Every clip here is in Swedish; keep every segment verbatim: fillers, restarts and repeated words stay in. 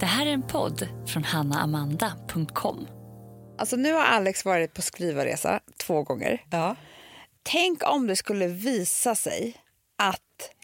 Det här är en podd från hanna amanda punkt com. Alltså nu har Alex varit på skrivarresa två gånger. Ja. Tänk om det skulle visa sig att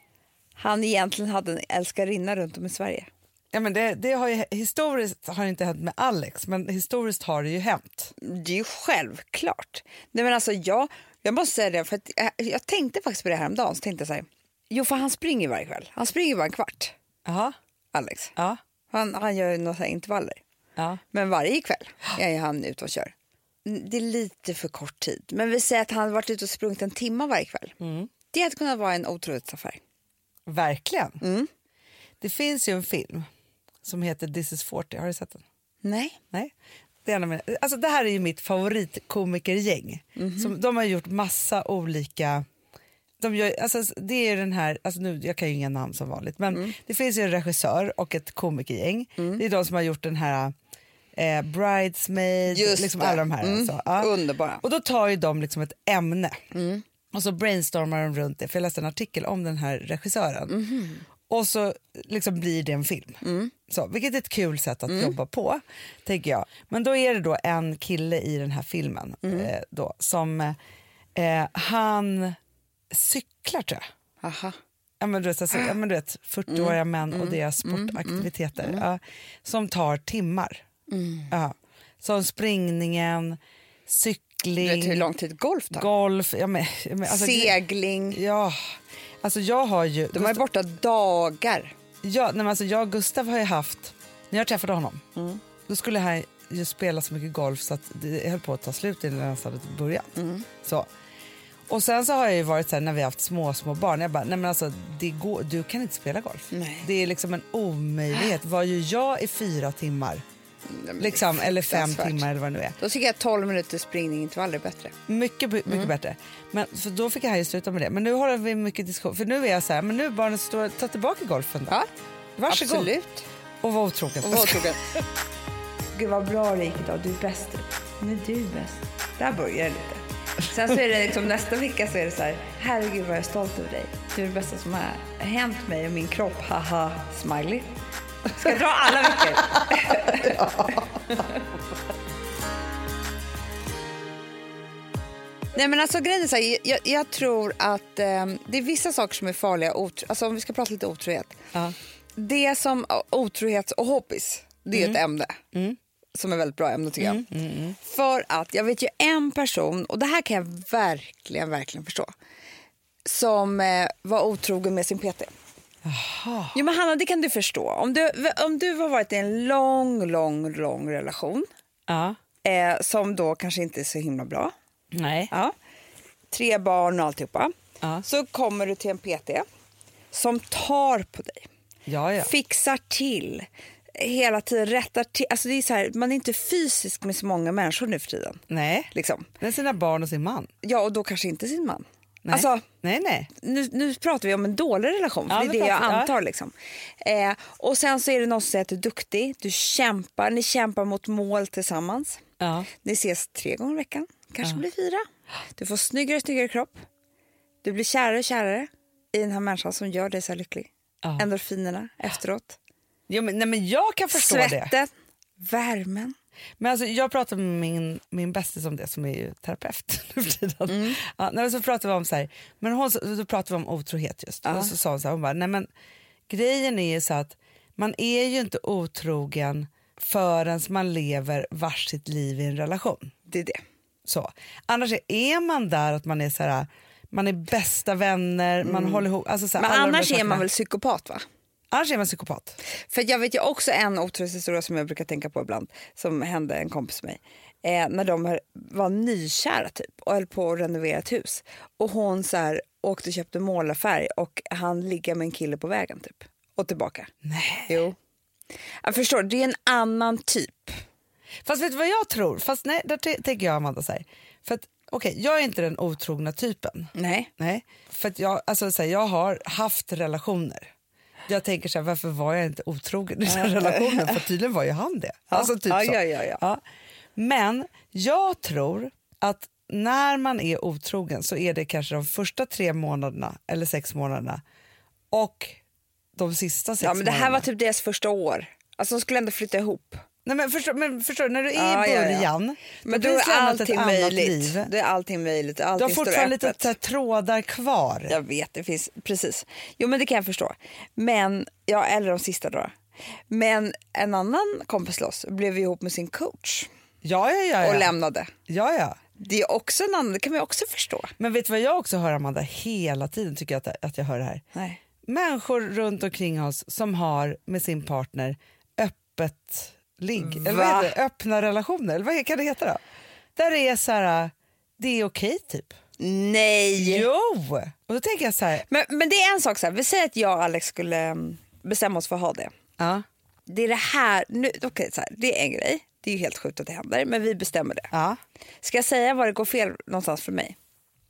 han egentligen hade en älskarinna runt om i Sverige. Ja, men det, det har ju, historiskt har det inte hänt med Alex, men historiskt har det ju hänt. Det är ju självklart. Nej, men alltså jag, jag måste säga det, för att jag, jag tänkte faktiskt på det här om dagen, så tänkte jag så här, jo för han springer varje kväll. Han springer bara en kvart. Jaha. Alex. Ja. Han, han gör ju några intervaller. Ja. Men varje kväll är han ute och kör. Det är lite för kort tid. Men vi säger att han har varit ute och sprungit en timme varje kväll. Mm. Det hade kunnat vara en otrohetsaffär. Verkligen. Mm. Det finns ju en film som heter This is fyrtio. Har du sett den? Nej. Nej. Det, är en av mina, alltså det här är ju mitt favoritkomikergäng. Mm-hmm. Som, de har gjort massa olika... De gör, alltså det är den här, alltså nu, jag kan ju inga namn som vanligt, men mm. det finns ju en regissör och ett komikergäng. Mm. Det är de som har gjort den här eh, Bridesmaid, just liksom det. alla de här. Mm. Alltså, ja. Underbara. Och då tar ju de liksom ett ämne mm. och så brainstormar de runt det. För jag läste en artikel om den här regissören. Mm. Och så liksom blir det en film. Mm. Så, vilket är ett kul sätt att mm. jobba på, tänker jag. Men då är det då en kille i den här filmen mm. eh, då, som eh, han cyklar, tror jag. Aha. Ja, men du vet, alltså, ja, men du vet fyrtioåriga mm. män och deras sportaktiviteter mm. ja, som tar timmar. Mm. Ja. Som springningen, cykling. Du vet hur lång tid golf tar? Golf, ja, men, men, alltså, segling. Ja, alltså jag har ju... De är borta dagar. Ja, nej, men alltså jag och Gustav har ju haft... När jag träffade honom, mm. då skulle han ju spela så mycket golf så att det höll på att ta slut innan han hade börjat. Mm. Så. Och sen så har jag ju varit så här, när vi har haft små, små barn. Jag bara, nej men alltså, det går, du kan inte spela golf. Nej. Det är liksom en omöjlighet. Vad gör jag i fyra timmar? Nej, liksom, eller fem timmar eller vad det nu är. Då tycker jag tolv minuter springning inte var aldrig bättre. Mycket, mycket mm. bättre. Men för då fick jag ju sluta med det. Men nu har vi mycket diskussion. För nu är jag så här, men nu barnen står, ta tillbaka golfen då. Ja, varsågod. absolut. Och var otrogen. Och var otrogen. Gud vad bra det gick idag, du är bäst. Nu är du bäst. Där börjar det lite. Sen så är det liksom nästa vecka så är det så här, herregud vad jag är stolt över dig. Du är det bästa som har hänt mig och min kropp, haha, smiley. Ska jag dra alla veckor? Nej men alltså grejen är så här, jag, jag tror att eh, det är vissa saker som är farliga, otro, alltså om vi ska prata lite otrohet. Ja. Det som otrohet och hoppis, det är mm. ett ämne. Mm. Som är väldigt bra ämne tycker jag. Mm, mm, mm. För att jag vet ju en person, och det här kan jag verkligen, verkligen förstå, som eh, var otrogen med sin P T. Jaha. Jo men Hanna, det kan du förstå. Om du, om du har varit i en lång, lång, lång relation Ja. eh, som då kanske inte är så himla bra. Nej. Ja. Tre barn och alltihopa. Ja. Så kommer du till en P T som tar på dig. Ja, ja. Fixar till. Hela tiden rättar till. Alltså det är så här, man är inte fysisk med så många människor nu för tiden. Nej. Liksom. Med sina barn och sin man. Ja, och då kanske inte sin man. Nej. Alltså, nej, nej. Nu, nu pratar vi om en dålig relation, för Ja, det är det jag pratar, antar. Ja. Liksom. Eh, och sen så är det någon som säger att du är duktig. Du kämpar, ni kämpar mot mål tillsammans. Ja. Ni ses tre gånger i veckan, kanske Ja. blir fyra. Du får snyggare, snyggare kropp. Du blir kärare och kärare i den här människan som gör dig så här lycklig. Ja. Endorfinerna efteråt. Jo, men, nej, men jag kan förstå Svetten, det. värmen. Men alltså, jag pratar med min, min bästis om det, som är ju terapeut nu för tiden. Mm. Ja, nej, så pratar vi om så här, men hon, då pratar vi om otrohet just. Ja. Och så sa hon så här, hon bara, nej men grejen är ju så att man är ju inte otrogen förrän man lever varsitt liv i en relation. Det är det. Så. Annars är man där att man är så här, man är bästa vänner, mm. man håller ihop. Alltså så här, men annars är man väl psykopat, va? Annars är man psykopat. För jag vet ju också en otrohetshistoria som jag brukar tänka på ibland, som hände en kompis med mig. Eh, när de var nykära typ och höll på att renovera ett hus. Och hon så här åkte och köpte målarfärg och han ligger med en kille på vägen typ. Och tillbaka. Nej. Jo. Jag förstår, det är en annan typ. Fast vet du vad jag tror? Fast nej, där t- tänker jag Amanda så här. För att okej, okay, jag är inte den otrogna typen. Nej. Nej. För att jag, alltså, så här, jag har haft relationer. Jag tänker så här, varför var jag inte otrogen i den relationen? För tydligen var ju han det. Ja. Alltså, typ ja, så. ja, ja, ja. Ja. Men jag tror att när man är otrogen så är det kanske de första tre månaderna eller sex månaderna och de sista sex Ja, men det här månaderna. var typ deras första år. Alltså de skulle ändå flytta ihop. Nej, men förstår, men förstår när du är Ja, i ja, ja. början, Men då då finns är det annat ett allting annat möjligt. liv. Det är allting möjligt. Du Allting har står fortfarande lite öppet. så här trådar kvar. Jag vet, det finns, precis. Jo, men det kan jag förstå. Men, ja, eller de sista då. Men en annan kompis loss blev ihop med sin coach. Ja, ja, ja, ja. Och lämnade. Ja, ja. Det är också en annan, det kan man också förstå. Men vet du vad jag också hör, Amanda, hela tiden tycker jag att, att jag hör det här. Nej. Människor runt omkring oss som har med sin partner öppet ligg. Eller Va? vad heter det? Öppna relationer. Eller vad kan det heta då? Där det är så här, det är okej typ. Nej! Jo! Och då tänker jag så här. Men, men det är en sak så här, vi säger att jag och Alex skulle mm, bestämma oss för att ha det. Ja, Det är det här, nu, okej, så här, det är en grej. Det är ju helt sjukt att det händer, men vi bestämmer det. ja. Ska jag säga var det går fel någonstans för mig?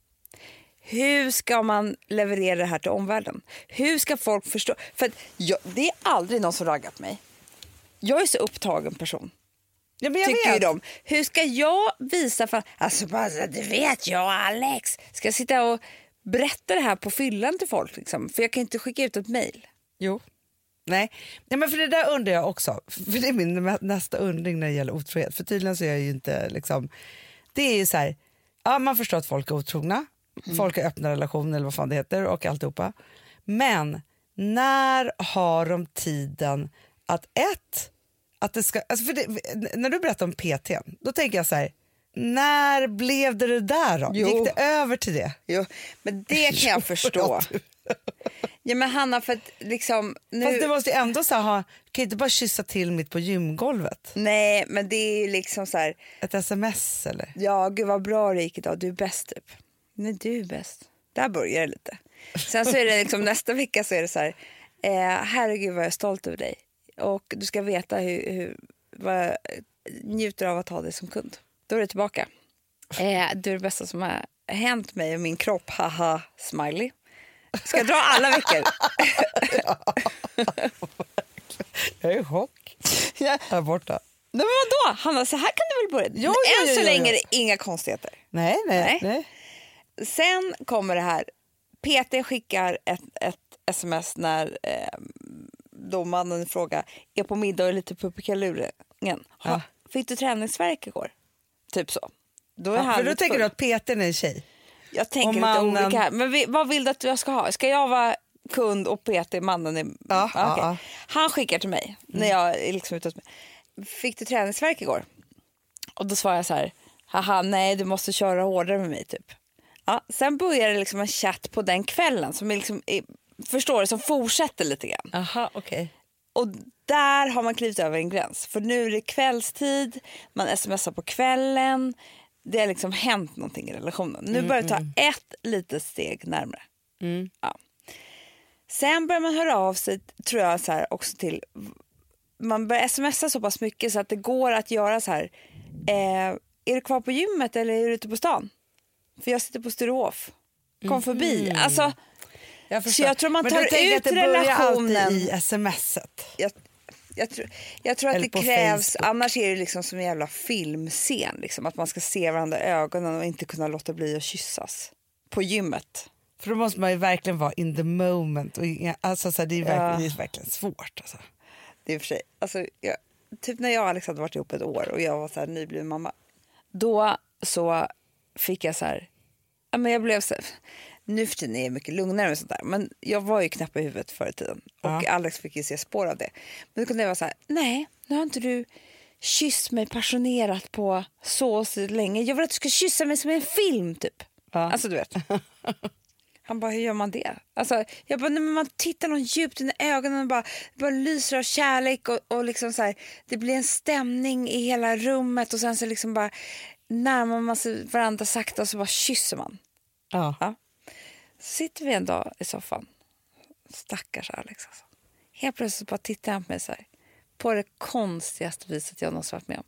Hur ska man leverera det här till omvärlden? Hur ska folk förstå? För att jag, det är aldrig någon som raggat mig. Jag är så upptagen person. Ja, men jag Tycker ju vet. de. Hur ska jag visa för... Alltså bara, det vet jag och Alex. Ska jag sitta och berätta det här på fyllan till folk? Liksom? För jag kan inte skicka ut ett mejl. Jo. Nej. Nej, men för det där undrar jag också. För det är min nästa undring när det gäller otrohet. För tydligen så är jag ju inte liksom... Det är ju så här, ja, man förstår att folk är otrogna. Mm. Folk har öppna relationer eller vad fan det heter och alltihopa. Men när har de tiden att ett... Att det ska, alltså för det, när du berättar om P T, då tänker jag så här, när blev det det där då? Jo. Gick det över till det? Jo, men det kan jag förstå. Ja, men Hanna, för att liksom... Nu... Fast du måste ju ändå så här, ha, kan inte bara kyssa till mitt på gymgolvet? Nej, men det är ju liksom så här... Ett sms eller? Ja, gud vad bra det gick idag. Du är bäst typ. Nej, du är bäst. Där börjar det lite. Sen så är det liksom nästa vecka så är det så här, eh, herregud vad jag är stolt över dig. Och du ska veta hur, hur vad jag njuter av att ha dig som kund. Då är det tillbaka. Eh, du är det bästa som har hänt mig och min kropp. Haha, smiley. Ska jag dra alla veckor? Jag är i chock. Ja. Här borta. Nej, men vadå? Hanna, så här kan du väl börja? Ja, Än ja, ja, så ja, länge ja. är det inga konstigheter. Nej, nej, Nej. nej. Sen kommer det här. P T skickar ett, ett sms när eh, då mannen frågar är på middag och är lite puppikaluringen. Ja. Fick du träningsvärk igår? Typ så. Då är Ja, han för då lite tänker full. du att P T är en tjej? Jag tänker och lite mannen- olika här. Men vi, vad vill du att jag ska ha? Ska jag vara kund och P T, mannen är... Ja, okej. ja, ja. Han skickar till mig när jag är liksom ute hos mig. Fick du träningsvärk igår? Och då svarar jag så här, haha, nej, du måste köra hårdare med mig typ. Ja, sen börjar det liksom en chatt på den kvällen som är liksom, är, förstår du, som fortsätter lite grann. Aha, okej. Och där har man klivit över en gräns. För nu är det kvällstid, man smsar på kvällen. Det har liksom hänt någonting i relationen. Nu börjar det ta ett litet steg närmare. Mm. Ja. Sen börjar man höra av sig, tror jag, så här, också till... Man börjar smsa så pass mycket så att det går att göra så här. Eh, är du kvar på gymmet eller är du ute på stan? För jag sitter på Sturehof. Kom förbi. Alltså, Jag så förstår. jag tror man Men tar du tänker ut att det börjar relationen... alltid i smset. Jag, jag, tror, jag tror att Eller det på krävs, Facebook. annars är det liksom som en jävla filmscen. Liksom, att man ska se varandra i ögonen och inte kunna låta bli att kyssas. På gymmet. För då måste man ju verkligen vara in the moment. Och, inga- alltså, så här, det, är Ja. verkligen, det är verkligen svårt. Alltså. Det är för sig. Alltså, jag, typ när jag och Alex hade varit ihop ett år och jag var så här nybliven mamma. Då så fick jag så här... Ja, men jag blev så här, nu för tiden är jag mycket lugnare och sånt där. Men jag var ju knäpp i huvudet förr i tiden. Och Ja. Alex fick ju se spår av det. Men då kunde jag vara så här, nej, nu har inte du kysst mig passionerat på så, så länge. Jag vill att du ska kyssa mig som en film typ. Ja. Alltså du vet. Han bara, hur gör man det? Alltså, jag bara, när man tittar någon djupt in i ögonen och bara, bara lyser av kärlek och, och liksom så här, det blir en stämning i hela rummet och sen så liksom bara närmar man sig varandra sakta och så bara kysser man. Ja. Ja. Så sitter vi en dag i soffan. Stackars Alex alltså. Helt plötsligt bara tittar han på mig så här. På det konstigaste viset jag någonsin varit med om.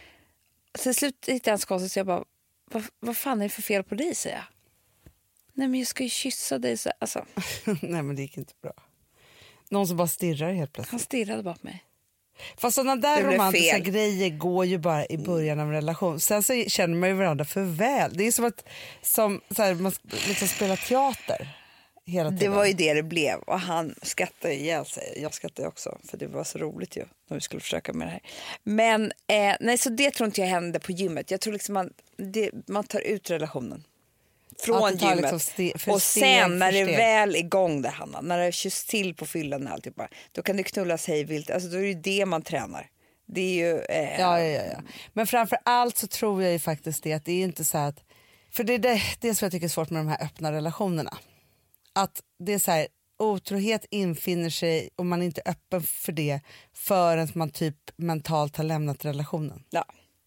Till slut hittar han så konstigt så jag bara, vad, vad fan är det för fel på dig, säger jag. Nej, men jag ska ju kyssa dig så alltså. Nej, men det gick inte bra. Någon som bara stirrar helt plötsligt. Han stirrade bara på mig. Fast sådana där Det blev romantiska fel. grejer går ju bara i början av en relation. Sen så känner man ju varandra för väl. Det är som att som, så här, man liksom spelar teater. hela tiden. Det var ju det det blev. Och han skrattade ihjäl sig. Jag skrattade också. För det var så roligt ju. När vi skulle försöka med det här. Men eh, nej, så det tror inte jag hände på gymmet. Jag tror liksom man, det, man tar ut relationen. Från gymmet. Liksom ste- och sen när det är väl igång det, Hanna. När det körs till på fyllan och alltid bara. Då kan det knullas hej vilt. Alltså då är det det man tränar. Det är ju... Eh... Ja, ja, ja, ja. Men framför allt så tror jag ju faktiskt det. Att det är inte så att... För det är det, det som jag tycker är svårt med de här öppna relationerna. Att det är så här, otrohet infinner sig och man är inte öppen för det förrän man typ mentalt har lämnat relationen. Ja.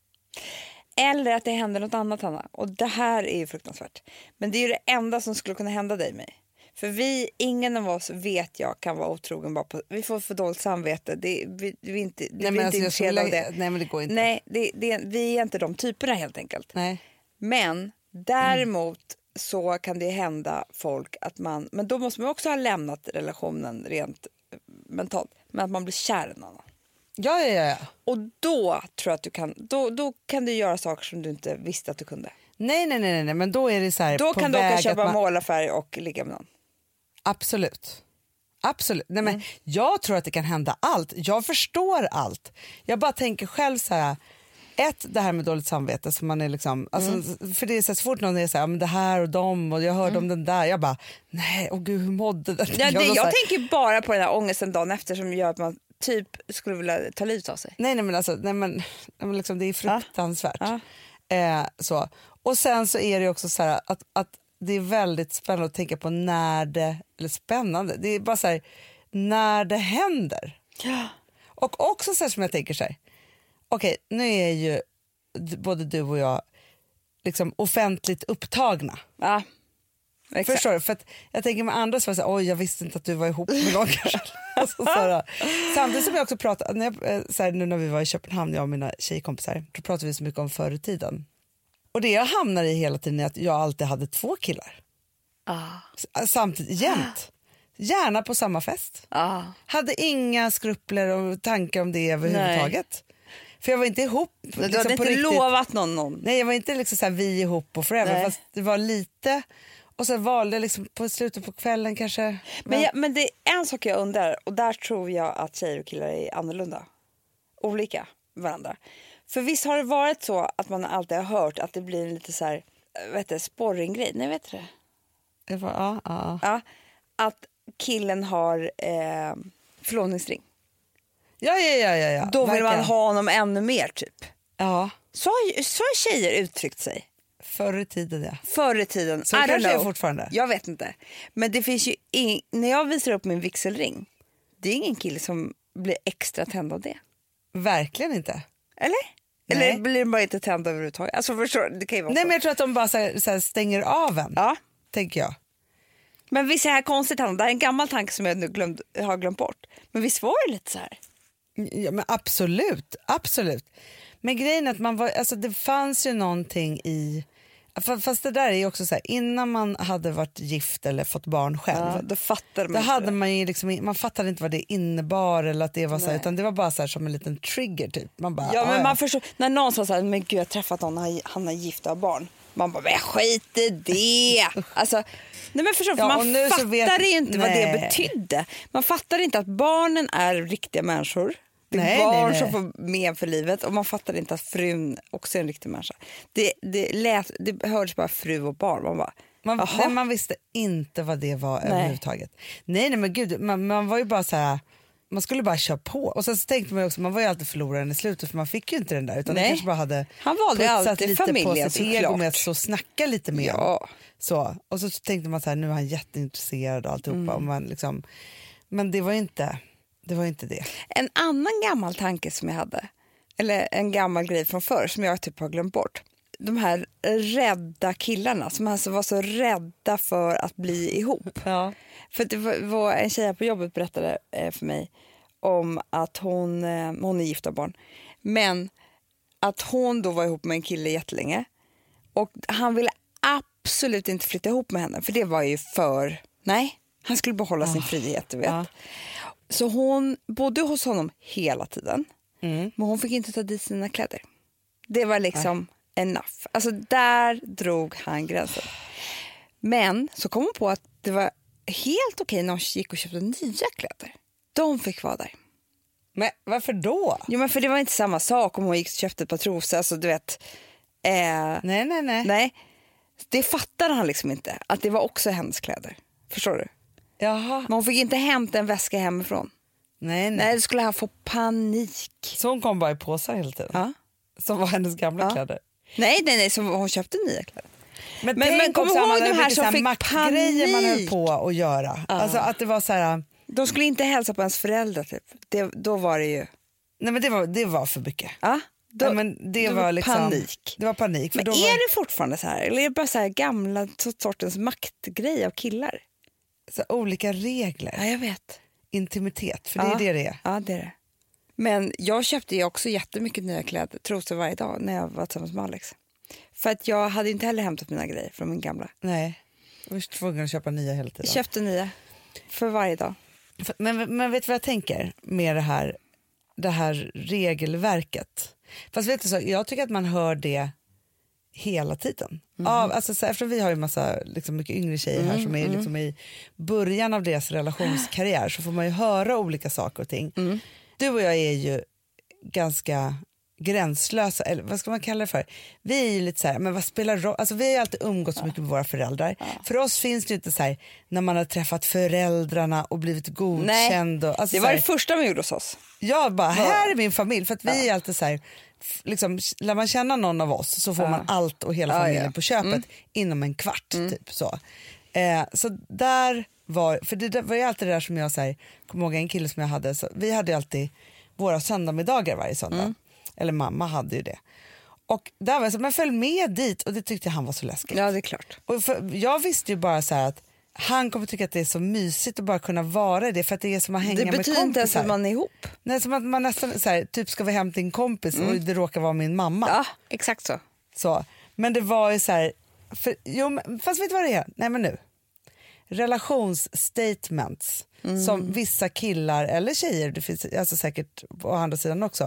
Eller att det händer något annat, Hanna. Och det här är ju fruktansvärt. Men det är ju det enda som skulle kunna hända dig och mig. För vi, ingen av oss vet jag kan vara otrogen bara på... Vi får för dåligt samvete. Det, vi, vi, inte, det, nej, vi är inte alltså, intresserade av det. Nej, men det går inte. Nej, det, det, vi är inte de typerna helt enkelt. Nej. Men däremot mm. så kan det hända folk att man... Men då måste man också ha lämnat relationen rent mentalt. Men att man blir kär i någon annan. Ja, ja, ja. Och då tror jag att du kan... Då, då kan du göra saker som du inte visste att du kunde. Nej, nej, nej, nej. Men då är det så här... Då på kan du åka och köpa man... målarfärg och ligga med någon. Absolut. Absolut. Nej, men mm. jag tror att det kan hända allt. Jag förstår allt. Jag bara tänker själv så här... Ett, det här med dåligt samvete som man är liksom, alltså, mm. för det är så, så fort någon är så här, men det här och dem och jag hörde mm. om den där, jag bara, nej, åh gud, hur mådde den? Ja, det, jag jag tänker bara på den här ångesten dagen efter som gör att man typ skulle vilja ta livet av sig. Nej, nej men alltså, nej men, nej, men liksom, det är fruktansvärt. Ja. Eh, så. Och sen så är det också så här att, att det är väldigt spännande att tänka på när det, eller spännande, det är bara så här, när det händer. Ja. Och också så här som jag tänker så här, okej, nu är ju både du och jag liksom offentligt upptagna. Ja, exakt. Förstår du? För att jag tänker med andra så var det så här, oj, jag visste inte att du var ihop med någon kanske. Alltså, så här, samtidigt som jag också pratade, när jag, så här, nu när vi var i Köpenhamn, jag och mina tjejkompisar, då pratade vi så mycket om förr i tiden. Och det jag hamnar i hela tiden är att jag alltid hade två killar. Ah. Samtidigt, jämt. Gärna på samma fest. Ah. Hade inga skrupler och tankar om det överhuvudtaget. Nej. För jag var inte ihop. Du liksom, hade inte lovat någon, någon. Nej, jag var inte liksom så här, vi ihop och forever. Nej. Fast det var lite. Och så valde liksom på slutet på kvällen kanske. Men, jag, men det är en sak jag undrar. Och där tror jag att tjejer och killar är annorlunda. Olika varandra. För visst har det varit så att man alltid har hört att det blir en lite så här, vet du, sporringgrej. Nej, vet du det? Det var, ja, ja. Ja, att killen har eh, förlovningsring. Ja, ja, ja, ja, ja. Då vill verkligen. man ha honom ännu mer typ. Ja. Så har, så har tjejer uttryckt sig. Förr i tiden, ja. Förr i tiden. Så kanske är fortfarande. Jag vet inte. Men det finns ju ing- när jag visar upp min vigselring, det är ingen kille som blir extra tänd av det. Verkligen inte. Eller? Nej. Eller blir de bara inte tänd överhuvudtaget? Alltså förstår, det kan ju vara Nej, så. men jag tror att de bara så här, så här stänger av en. Ja. Tänker jag. Men visst är det här konstigt, Hanna? Det här är en gammal tanke som jag nu glömd, har glömt bort. Men visst var det lite så här? Ja, men absolut, absolut. Men grejen är att man var, alltså det fanns ju någonting i, fast det där är ju också så här, innan man hade varit gift eller fått barn själv. Ja, då fattade man då hade man ju liksom, man fattade inte vad det innebar eller att det var så här, utan det var bara så här som en liten trigger typ. Man bara, ja, men ja. man förstår, när någon sa så här, men gud jag har träffat någon, han, han har gift av barn. Man bara, men skit i det. Alltså, nej men förstår, ja, man fattar vet, inte nej. vad det betydde. Man fattar inte att barnen är riktiga människor. Det är nej, barn nej, nej. som får med för livet. Och man fattar inte att frun också är en riktig människa. Det, det, lät, det hördes bara fru och barn. Man, bara, man, nej, man visste inte vad det var nej. överhuvudtaget. Nej, nej men gud, man, man var ju bara så här, man skulle bara köra på. Och sen så tänkte man också, man var ju alltid förloraren i slutet för man fick ju inte den där. Utan nej. man kanske bara hade han valde alltid lite familjen, på sitt ego med att så snacka lite mer. Ja. Så. Och så tänkte man så här, nu är han jätteintresserad och alltihopa. Mm. Och man liksom, men det var inte... Det var inte det. En annan gammal tanke som jag hade, eller en gammal grej från förr som jag typ har glömt bort. De här rädda killarna som alltså var så rädda för att bli ihop. Ja. För det var, var en tjej på jobbet berättade eh, för mig om att hon, eh, hon är gift av barn. Men att hon då var ihop med en kille jättelänge. Och han ville absolut inte flytta ihop med henne. För det var ju för... Nej, han skulle behålla oh. sin frihet, du vet. Ja. Så hon bodde hos honom hela tiden. Mm. Men hon fick inte ta dit sina kläder. Det var liksom Nej. enough. Alltså där drog han gränsen. Men så kom hon på att det var helt okej när hon gick och köpte nya kläder. De fick vara där. Men varför då? Jo, men för det var inte samma sak om hon gick och köpte ett par trosor. Alltså, du vet... Eh, nej, nej, nej. Nej, det fattade han liksom inte. Att det var också hennes kläder. Förstår du? Jaha. Men hon fick inte hämta en väska hemifrån. Nej, nej. Nej, då skulle han få panik. Så hon kom bara i påsar hela tiden? Ja. Som var hennes gamla ja. kläder? Nej, nej, nej. Så hon köpte nya kläder. Men, men, men kom ihåg de här som fick maktgrejer man höll på att göra. Ja. Alltså att det var så här... De skulle inte hälsa på ens föräldrar typ. Det, då var det ju... Nej, men det var, det var för mycket. Ja. Då, ja, men det, det var, var liksom, panik. Det var panik. För men då är var... det fortfarande så här? Eller är det bara så här gamla sortens maktgrej av killar? Så olika regler. Ja, jag vet. Intimitet, för ja. det är det det är. Ja, det är det. Men jag köpte ju också jättemycket nya kläder, trosor varje dag när jag var tillsammans med Alex. För att jag hade inte heller hämtat mina grejer från min gamla. Nej, jag var tvungen att köpa nya hela tiden. Jag köpte nya för varje dag. Men, men vet du vad jag tänker med det här, det här regelverket? Fast vet du så, jag tycker att man hör det hela tiden. Mm. Av, alltså, så, eftersom vi har ju massa liksom, mycket yngre tjejer här mm, som är mm. liksom, i början av deras relationskarriär, så får man ju höra olika saker och ting. Mm. Du och jag är ju ganska gränslösa, eller vad ska man kalla det för? Vi är ju lite så här, men vad spelar roll? Alltså vi har alltid umgått så mycket med våra föräldrar. Ja. För oss finns det ju inte så här, när man har träffat föräldrarna och blivit godkänd. Och, alltså, det var här, det första man gjorde hos oss. Jag bara, här är min familj. För att vi ja. är alltid så här, liksom, lär man känna någon av oss så får ja. man allt och hela familjen ja, ja. på köpet mm. inom en kvart. Mm. Typ så. Eh, så där var, för det var ju alltid det där som jag säger, kommer ihåg en kille som jag hade, så vi hade alltid våra söndagmiddagar varje söndag. Mm. Eller mamma hade ju det. Och där var jag så, men följ med dit, och det tyckte han var så läskigt. Ja, det är klart. Och för, jag visste ju bara så här att han kommer tycka att det är så mysigt att bara kunna vara i det, för att det är som att hänga med kompisar. Det betyder inte ens att man är ihop. Nej, som att man nästan så här, typ ska vi hämta en kompis mm. och det råkar vara min mamma. Ja, exakt så. Så. Men det var ju så här, för, jo, fast vet du vad det är? Nej, men nu. Relationsstatements mm. som vissa killar eller tjejer, det finns alltså säkert på andra sidan också,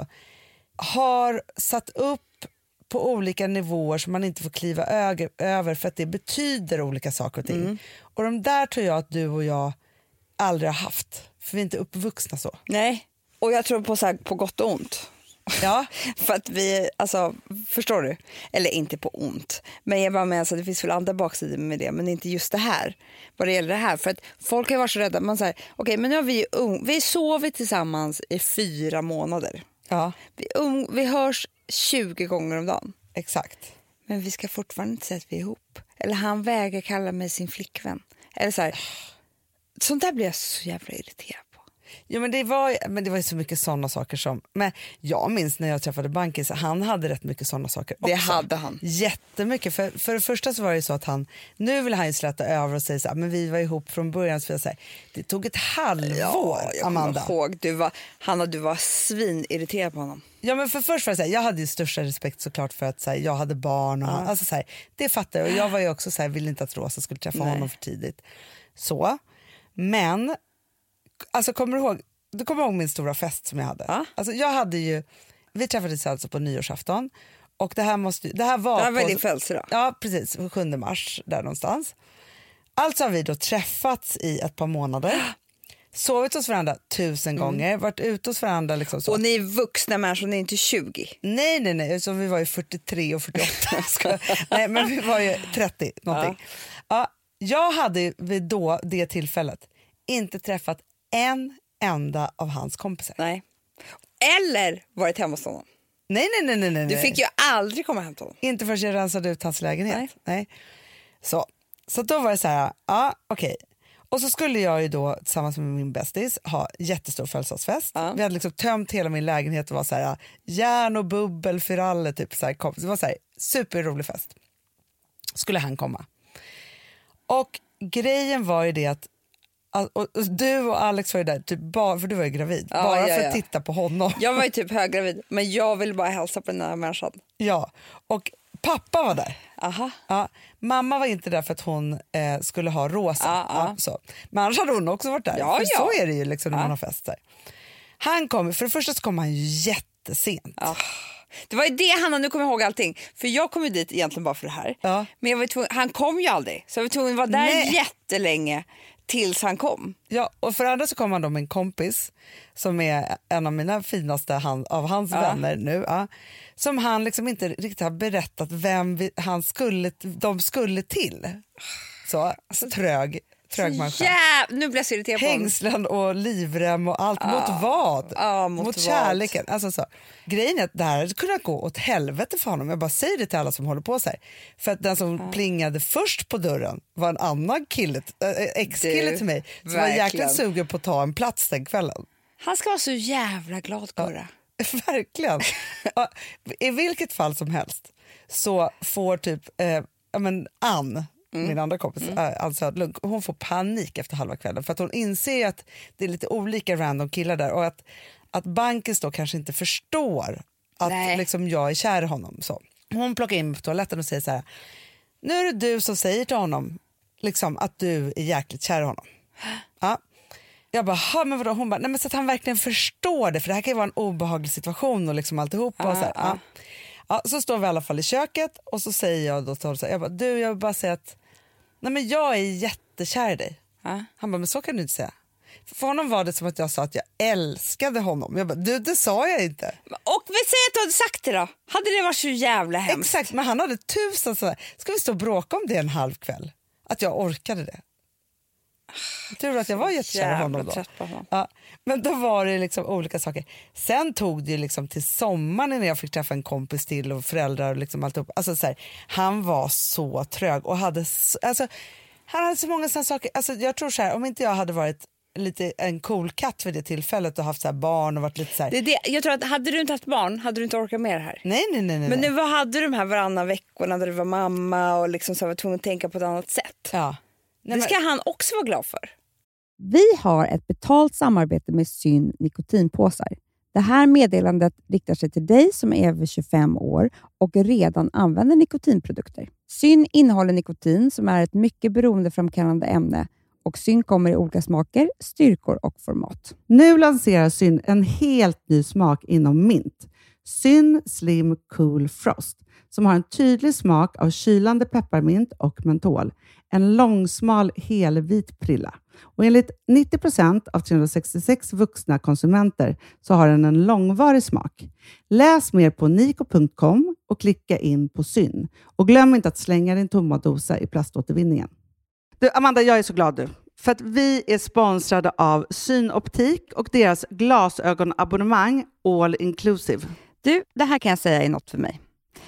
har satt upp på olika nivåer som man inte får kliva över, över för att det betyder olika saker och ting. Mm. Och de där tror jag att du och jag aldrig har haft, för vi är inte uppvuxna så. Nej, och jag tror på, så här, på gott och ont. Ja. För att vi, alltså, förstår du? Eller inte på ont. Men jag bara menar, alltså, det finns väl andra baksidor med det, men inte just det här. Vad det gäller det här. För att folk har varit så rädda. Man säger, okej, okay, men nu har vi un- vi sovit tillsammans i fyra månader. Ja. Vi, um, vi hörs tjugo gånger om dagen. Exakt. Men vi ska fortfarande inte säga att vi är ihop. Eller han vägrar kalla mig sin flickvän. Eller så här. Sånt där blir jag så jävla irriterad på. Jo, men det var men det var ju så mycket sådana saker som, men jag minns när jag träffade Bankis, han hade rätt mycket sådana saker också. Det hade han. Jättemycket, för, för det första så var det så att han, nu vill han ju släta över och säga så här, men vi var ihop från början, så jag säger, det tog ett halvår, ja, jag Amanda. Ihåg, du var, Hanna, du var svinirriterad på honom. Ja, men för först var det så här, jag hade ju största respekt såklart för att så här, jag hade barn och ja. han, alltså så här, det fattar jag, och jag var ju också så här, ville inte att Rosa skulle träffa Nej. honom för tidigt. Så, men alltså kommer du ihåg, du kommer ihåg min stora fest som jag hade? Ja. Alltså jag hade ju, vi träffades alltså på nyårsafton, och det här måste det här var, det här var på, din födelsedag. Ja, precis, sjunde mars där någonstans. Alltså har vi då träffats i ett par månader. Sovit hos varandra tusen mm. gånger, varit ute hos varandra liksom så. Och ni är vuxna människor, ni är inte tjugo. Nej, nej, nej, så vi var ju fyrtiotre och fyrtioåtta. Nej, men vi var ju trettio någonting. Ja. Ja, jag hade vid då det tillfället inte träffat en enda av hans kompisar. Nej. Eller varit hemma hos honom. Nej, nej, nej, nej, nej. Du fick ju aldrig komma hem till honom. Inte förrän jag rensade ut hans lägenhet. Nej. Nej. Så, så då var det så här, ja, okej. Okay. Och så skulle jag ju då tillsammans med min bästis ha jättestor födelsedagsfest. Ja. Vi hade liksom tömt hela min lägenhet och var så här, järn och bubbel för alla typ så här. Det var så här superrolig fest. Skulle han komma. Och grejen var ju det att och du och Alex var ju där typ bara, för du var ju gravid, ja, bara ja, för att ja. titta på honom. Jag var ju typ höggravid, men jag ville bara hälsa på den här människan. Ja, och pappa var där. Aha. Ja, mamma var inte där för att hon eh, skulle ha Rosa. Ja, ja. Så. Men annars hade hon också varit där. Ja, för ja. Så är det ju liksom när ja. man har fest där. Han kom, för det första så kom han ju jättesent. Ja. Det var ju det, Hanna, nu kommer jag ihåg allting. För jag kom ju dit egentligen bara för det här. Ja. Men jag var tvungen, han kom ju aldrig. Så jag var tvungen att vara där Nej. jättelänge. tills han kom. Ja, och för andra så kom han då med en kompis som är en av mina finaste han, av hans ja. vänner nu. Ja, som han liksom inte riktigt har berättat vem vi, han skulle, de skulle till. Så alltså, trög, trög människa. Yeah, nu blir jag så irriterad på honom. Hängslen och livrem och allt. Ja. Mot vad? Ja, mot, mot vad? kärleken. Alltså så. Grejen är att det här hade kunnat gå åt helvete för honom. Jag bara säger det till alla som håller på sig. För att den som ja. plingade först på dörren var en annan kille, äh, ex-kille till mig. Som verkligen. var jäkligt sugen på att ta en plats den kvällen. Han ska vara så jävla glad, Cora. Ja, verkligen. Ja, i vilket fall som helst så får typ eh, ja, men Ann, Mm. min andra kompis, mm. Ann Södlund, hon får panik efter halva kvällen för att hon inser att det är lite olika random killar där och att, att Bankis då kanske inte förstår att liksom, jag är kär i honom. Så. Hon plockar in mig på toaletten och säger så här: nu är det du som säger till honom liksom, att du är jäkligt kär i honom. Ja. Jag bara, men vadå? Hon bara, nej men så att han verkligen förstår det, för det här kan ju vara en obehaglig situation och liksom alltihopa. Ah, och så här, ah. ja. Ja, så står vi i alla fall i köket och så säger jag då till honom så här, jag bara, du, jag vill bara säga att nej men jag är jättekär i dig. Ah. Han bara, men så kan du inte säga. För honom var det som att jag sa att jag älskade honom. Jag bara, du, det sa jag inte. Och vi säger att du hade sagt det då. Hade det varit så jävla hemskt? Exakt, men han hade tusen sådär. Ska vi stå och bråka om det en halv kväll? Att jag orkade det. Jag tror att jag var jättekär i honom då. Ja, men då var det liksom olika saker. Sen tog det liksom till sommaren när jag fick träffa en kompis till och föräldrar och liksom allt upp. Alltså så här, han var så trög och hade så, alltså, han hade så många sådana saker. Alltså, jag tror så här, om inte jag hade varit lite en cool katt för det tillfället och haft så här barn och varit lite så här. Det är det. Jag tror att hade du inte haft barn hade du inte orkat med det här. Nej, nej, nej, nej. Men nu vad hade du de här varannan veckorna där du var mamma och liksom så var tvungen att tänka på ett annat sätt. Ja. Nej, det ska men... han också vara glad för. Vi har ett betalt samarbete med Syn nikotinpåsar. Det här meddelandet riktar sig till dig som är över tjugofem år och redan använder nikotinprodukter. Syn innehåller nikotin som är ett mycket beroendeframkallande ämne och Syn kommer i olika smaker, styrkor och format. Nu lanserar Syn en helt ny smak inom mint. Syn Slim Cool Frost som har en tydlig smak av kylande pepparmint och mentol. En långsmal helvit prilla. Och enligt nittio procent av trehundrasextiosex vuxna konsumenter så har den en långvarig smak. Läs mer på niko punkt com och klicka in på Syn. Och glöm inte att slänga din tomma dosa i plaståtervinningen. Du, Amanda, jag är så glad du. För att vi är sponsrade av Synoptik och deras glasögonabonnemang All Inclusive. Du, det här kan jag säga är något för mig.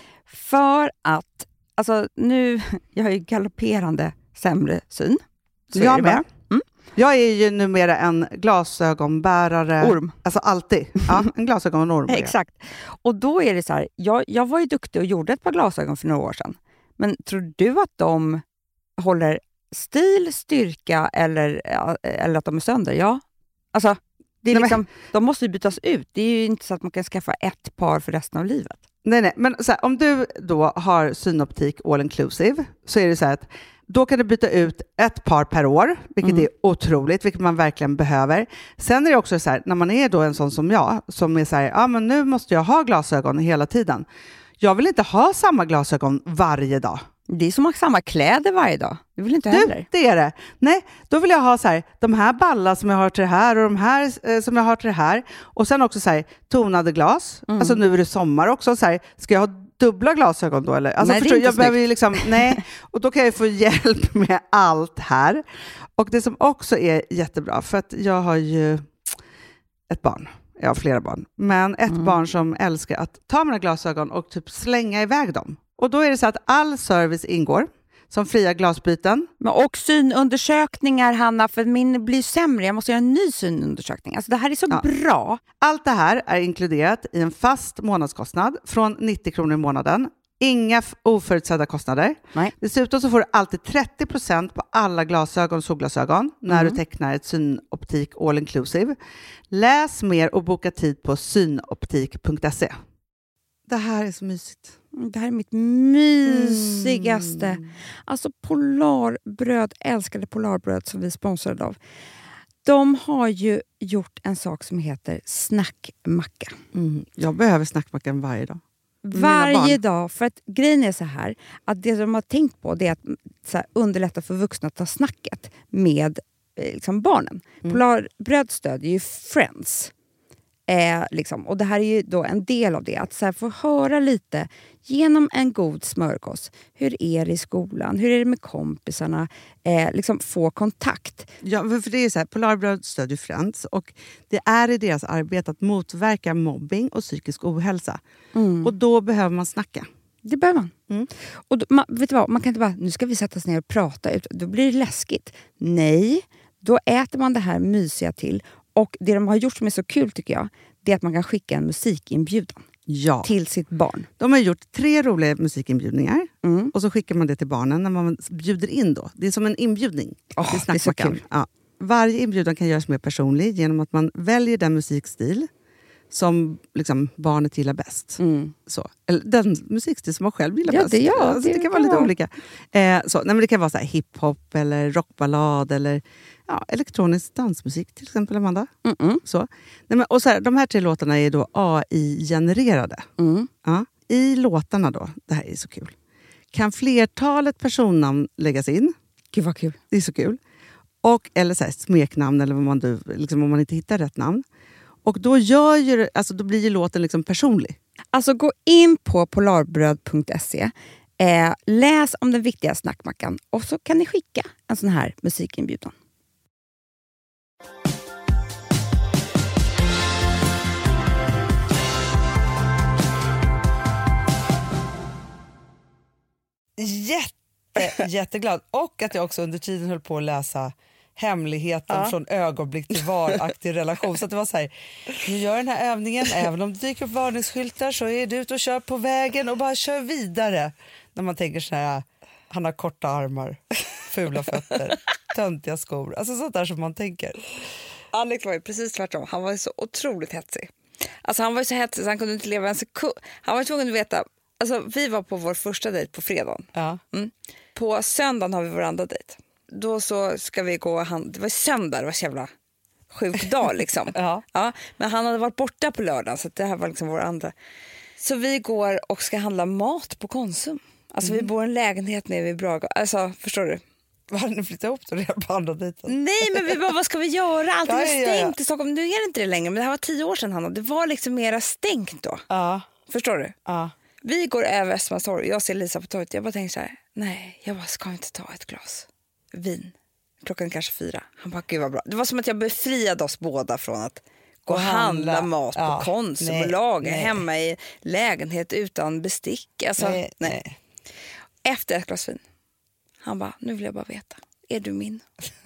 För att, alltså nu, jag har ju galopperande sämre syn. Så jag med. Mm. Jag är ju numera en glasögonbärare. Orm. Alltså alltid. Ja, en glasögonorm. Exakt. Och då är det så här, jag, jag var ju duktig och gjorde ett par glasögon för några år sedan. Men tror du att de håller stil, styrka eller, eller att de är sönder? Ja. Alltså, det är nej, liksom, men... de måste ju bytas ut. Det är ju inte så att man kan skaffa ett par för resten av livet. Nej, nej. Men så här, om du då har Synoptik All Inclusive så är det så här att då kan du byta ut ett par per år, vilket mm. är otroligt, vilket man verkligen behöver. Sen är det också så här, när man är då en sån som jag, som är så här, ja men nu måste jag ha glasögon hela tiden. Jag vill inte ha samma glasögon varje dag. Det är som att ha samma kläder varje dag. Det vill inte heller. Du, det är det. Nej, då vill jag ha så här, de här ballar som jag har till det här och de här eh, som jag har till det här. Och sen också så här, tonade glas. Mm. Alltså nu är det sommar också. Så här, ska jag ha dubbla glasögon då? Eller? Alltså, nej, förstår, jag behöver ju liksom, nej. Och då kan jag få hjälp med allt här. Och det som också är jättebra, för att jag har ju ett barn. Jag har flera barn. Men ett mm. barn som älskar att ta mina glasögon och typ slänga iväg dem. Och då är det så att all service ingår. Som fria glasbyten. Men och synundersökningar, Hanna, för min blir sämre. Jag måste göra en ny synundersökning. Alltså det här är så ja. bra. Allt det här är inkluderat i en fast månadskostnad från nittio kronor i månaden. Inga oförutsedda kostnader. Nej. Dessutom så får du alltid trettio procent på alla glasögon och solglasögon när mm. du tecknar ett Synoptik All Inclusive. Läs mer och boka tid på synoptik punkt se. Det här är så mysigt. Det här är mitt mysigaste. Mm. Alltså Polarbröd, älskade Polarbröd som vi sponsrade av. De har ju gjort en sak som heter snackmacka. Mm. Jag behöver snackmackan varje dag. Varje dag. För att grejen är så här. Att det de har tänkt på det är att så här, underlätta för vuxna att ta snacket med liksom barnen. Mm. Polarbröd stödjer ju Friends. Eh, liksom. Och det här är ju då en del av det. Att så här, få höra lite genom en god smörgås. Hur är det i skolan? Hur är det med kompisarna? Eh, liksom få kontakt. Ja, för det är så här, Polarbröd stödjer Friends. Och det är i deras arbete att motverka mobbing och psykisk ohälsa. Mm. Och då behöver man snacka. Det behöver man. Mm. Och då, man, vet du vad, man kan inte bara, nu ska vi sätta oss ner och prata ut. Då blir det läskigt. Nej, då äter man det här mysiga till. Och det de har gjort som är så kul tycker jag, det är att man kan skicka en musikinbjudan ja. till sitt barn. De har gjort tre roliga musikinbjudningar mm. och så skickar man det till barnen när man bjuder in då. Det är som en inbjudning. Oh, det är så kul. Ja. Varje inbjudan kan göras mer personlig genom att man väljer den musikstil som liksom barnet gillar bäst. Mm. Så. Eller den musikstil som man själv gillar ja, bäst. Det, ja, alltså, det, det kan vara lite olika. Eh, så. Nej, men det kan vara så här hiphop eller rockballad eller ja, elektronisk dansmusik till exempel, Amanda. Mm-mm. Så. Nej, men, och så här, de här tre låtarna är då A I-genererade. Mm. Ja. I låtarna då, det här är så kul, kan flertalet personnamn läggas in. Gud vad kul. Det är så kul. Och, eller så här, smeknamn eller vad man, liksom, om man inte hittar rätt namn. Och då, gör ju, alltså, då blir ju låten liksom personlig. Alltså gå in på polarbröd punkt se, eh, läs om den viktiga snackmackan och så kan ni skicka en sån här musikinbjudan. Jätte, jätteglad. Och att jag också under tiden höll på att läsa Hemligheten ja. från ögonblick till varaktig relation. Så att det var så här, du gör den här övningen, även om det dyker upp varningsskyltar så är du ute och kör på vägen och bara kör vidare. När man tänker så här, han har korta armar, fula fötter, töntiga skor. Alltså sånt där som man tänker. Alex var ju precis tvärtom. Han var ju så otroligt hetsig. Alltså han var ju så hetsig så han kunde inte leva en sekund. Han var tvungen att veta, alltså vi var på vår första dejt på fredagen. Ja. Mm. På söndagen har vi vår andra dejt. Då så ska vi gå, han, det var söndag, det var så jävla sjuk dag liksom. ja. Ja, men han hade varit borta på lördagen så det här var liksom vår andra. Så vi går och ska handla mat på Konsum. Alltså mm. vi bor i en lägenhet nere vid Braga. Alltså, förstår du? Vad hade ni flyttat ihop då redan på andra dejten? Nej, men vi bara, vad ska vi göra? Allting ja, är stängt ja, ja. i Stockholm. Nu är det inte det längre, men det här var tio år sedan, Hanna. Det var liksom mera stängt då. Ja. Förstår du? Ja. Vi går över Östermalmstorg. Jag ser Lisa på torget. Jag bara tänker så här, nej, jag bara, ska vi inte ta ett glas vin? Klockan kanske fyra. Han bara, gud vad bra. Det var som att jag befriade oss båda från att gå och handla, handla mat ja. på Konsum nej, och laga nej. hemma i lägenhet utan bestick. Alltså, nej, nej. nej. Efter ett glas vin. Han bara, nu vill jag bara veta. Är du min?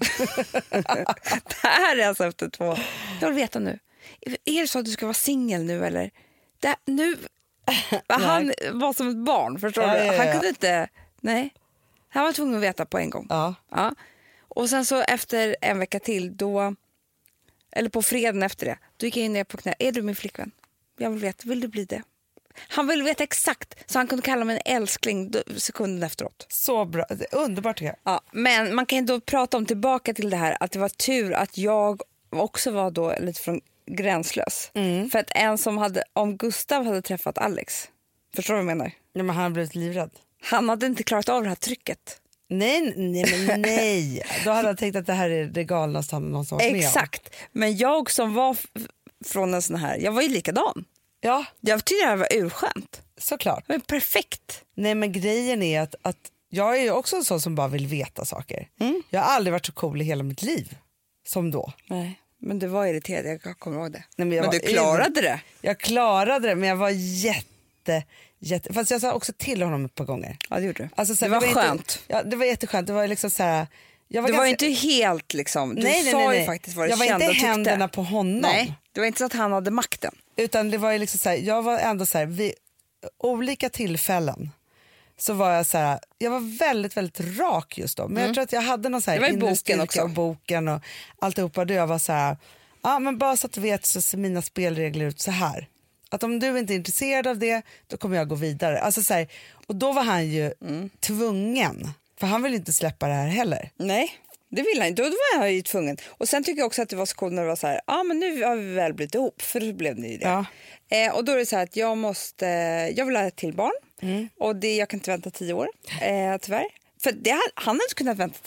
Det här är alltså efter två. Jag vill veta nu. Är det så att du ska vara singel nu eller? Det, nu. Han var som ett barn, förstår ja, du? Ja, ja. Han kunde inte, nej. Han var tvungen att veta på en gång. Ja. Ja. Och sen så efter en vecka till då, eller på fredagen efter det, då gick jag in ner på knä. Är du min flickvän? Jag vill veta, vill du bli det? Han ville veta exakt, så han kunde kalla mig en älskling sekunden efteråt. Så bra, underbart tycker jag. Ja, men man kan ju då prata om tillbaka till det här att det var tur att jag också var då lite från gränslös. Mm. För att en som hade, om Gustav hade träffat Alex, förstår du vad jag menar? Ja, men han hade blivit livrädd. Han hade inte klarat av det här trycket. Nej, nej, men nej. Då hade han tänkt att det här är det galnaste han någonsin varit med om. Exakt, men jag som var f- från en sån här, jag var ju likadan. Ja. Jag tyckte det här var urskönt. Såklart. Men perfekt. Nej, men grejen är att, att jag är ju också en sån som bara vill veta saker. Mm. Jag har aldrig varit så cool i hela mitt liv som då. Nej, men du var irriterad, jag kommer ihåg det. Nej, men men du klarade det. Jag klarade det, men jag var jätte, jätte... Fast jag sa också till honom ett par gånger. Ja, det gjorde du. Alltså, så det var, det var skönt. Inte, ja, det var jätteskönt. Det var liksom så här... Jag var det ganska... var inte helt liksom. Du nej, sa nej, nej. ju faktiskt vad du jag kände och tyckte. Jag var inte händerna på honom. Nej, det var inte så att han hade makten. Utan det var ju liksom så här, jag var ändå så här, vid olika tillfällen så var jag så här, jag var väldigt, väldigt rak just då. Men mm. jag tror att jag hade någon så här, det var i boken också. Och boken och alltihopa. Då jag var så här, ja men bara så att du vet så ser mina spelregler ut så här. Att om du inte är intresserad av det, då kommer jag gå vidare. Alltså så här, och då var han ju mm. tvungen. För han vill inte släppa det här heller. Nej, det vill han inte. Då var jag ju tvungen. Och sen tycker jag också att det var så coolt när det var så här, ja ah, men nu har vi väl blivit ihop. För då blev ni ju det. Ja. Eh, och då är det så här att jag måste, jag vill ha ett till barn. Mm. Och det, jag kan inte vänta tio år, eh, tyvärr. För det, han hade inte kunnat vänta tio år.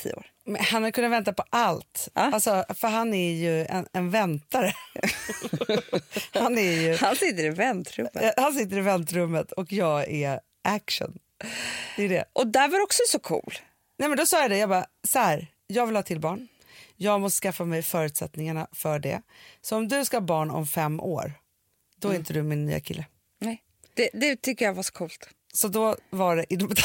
Men han har kunnat vänta på allt. Ja. Alltså, för han är ju en, en väntare. han är ju... Han sitter i väntrummet. Han sitter i väntrummet och jag är action. Det är det. Och där var också så cool. Nej, men då sa jag det, jag bara, så här, jag vill ha till barn. Jag måste skaffa mig förutsättningarna för det. Så om du ska ha barn om fem år, då är mm. inte du min nya kille. Nej, det, det tycker jag var så coolt. Så då var det inom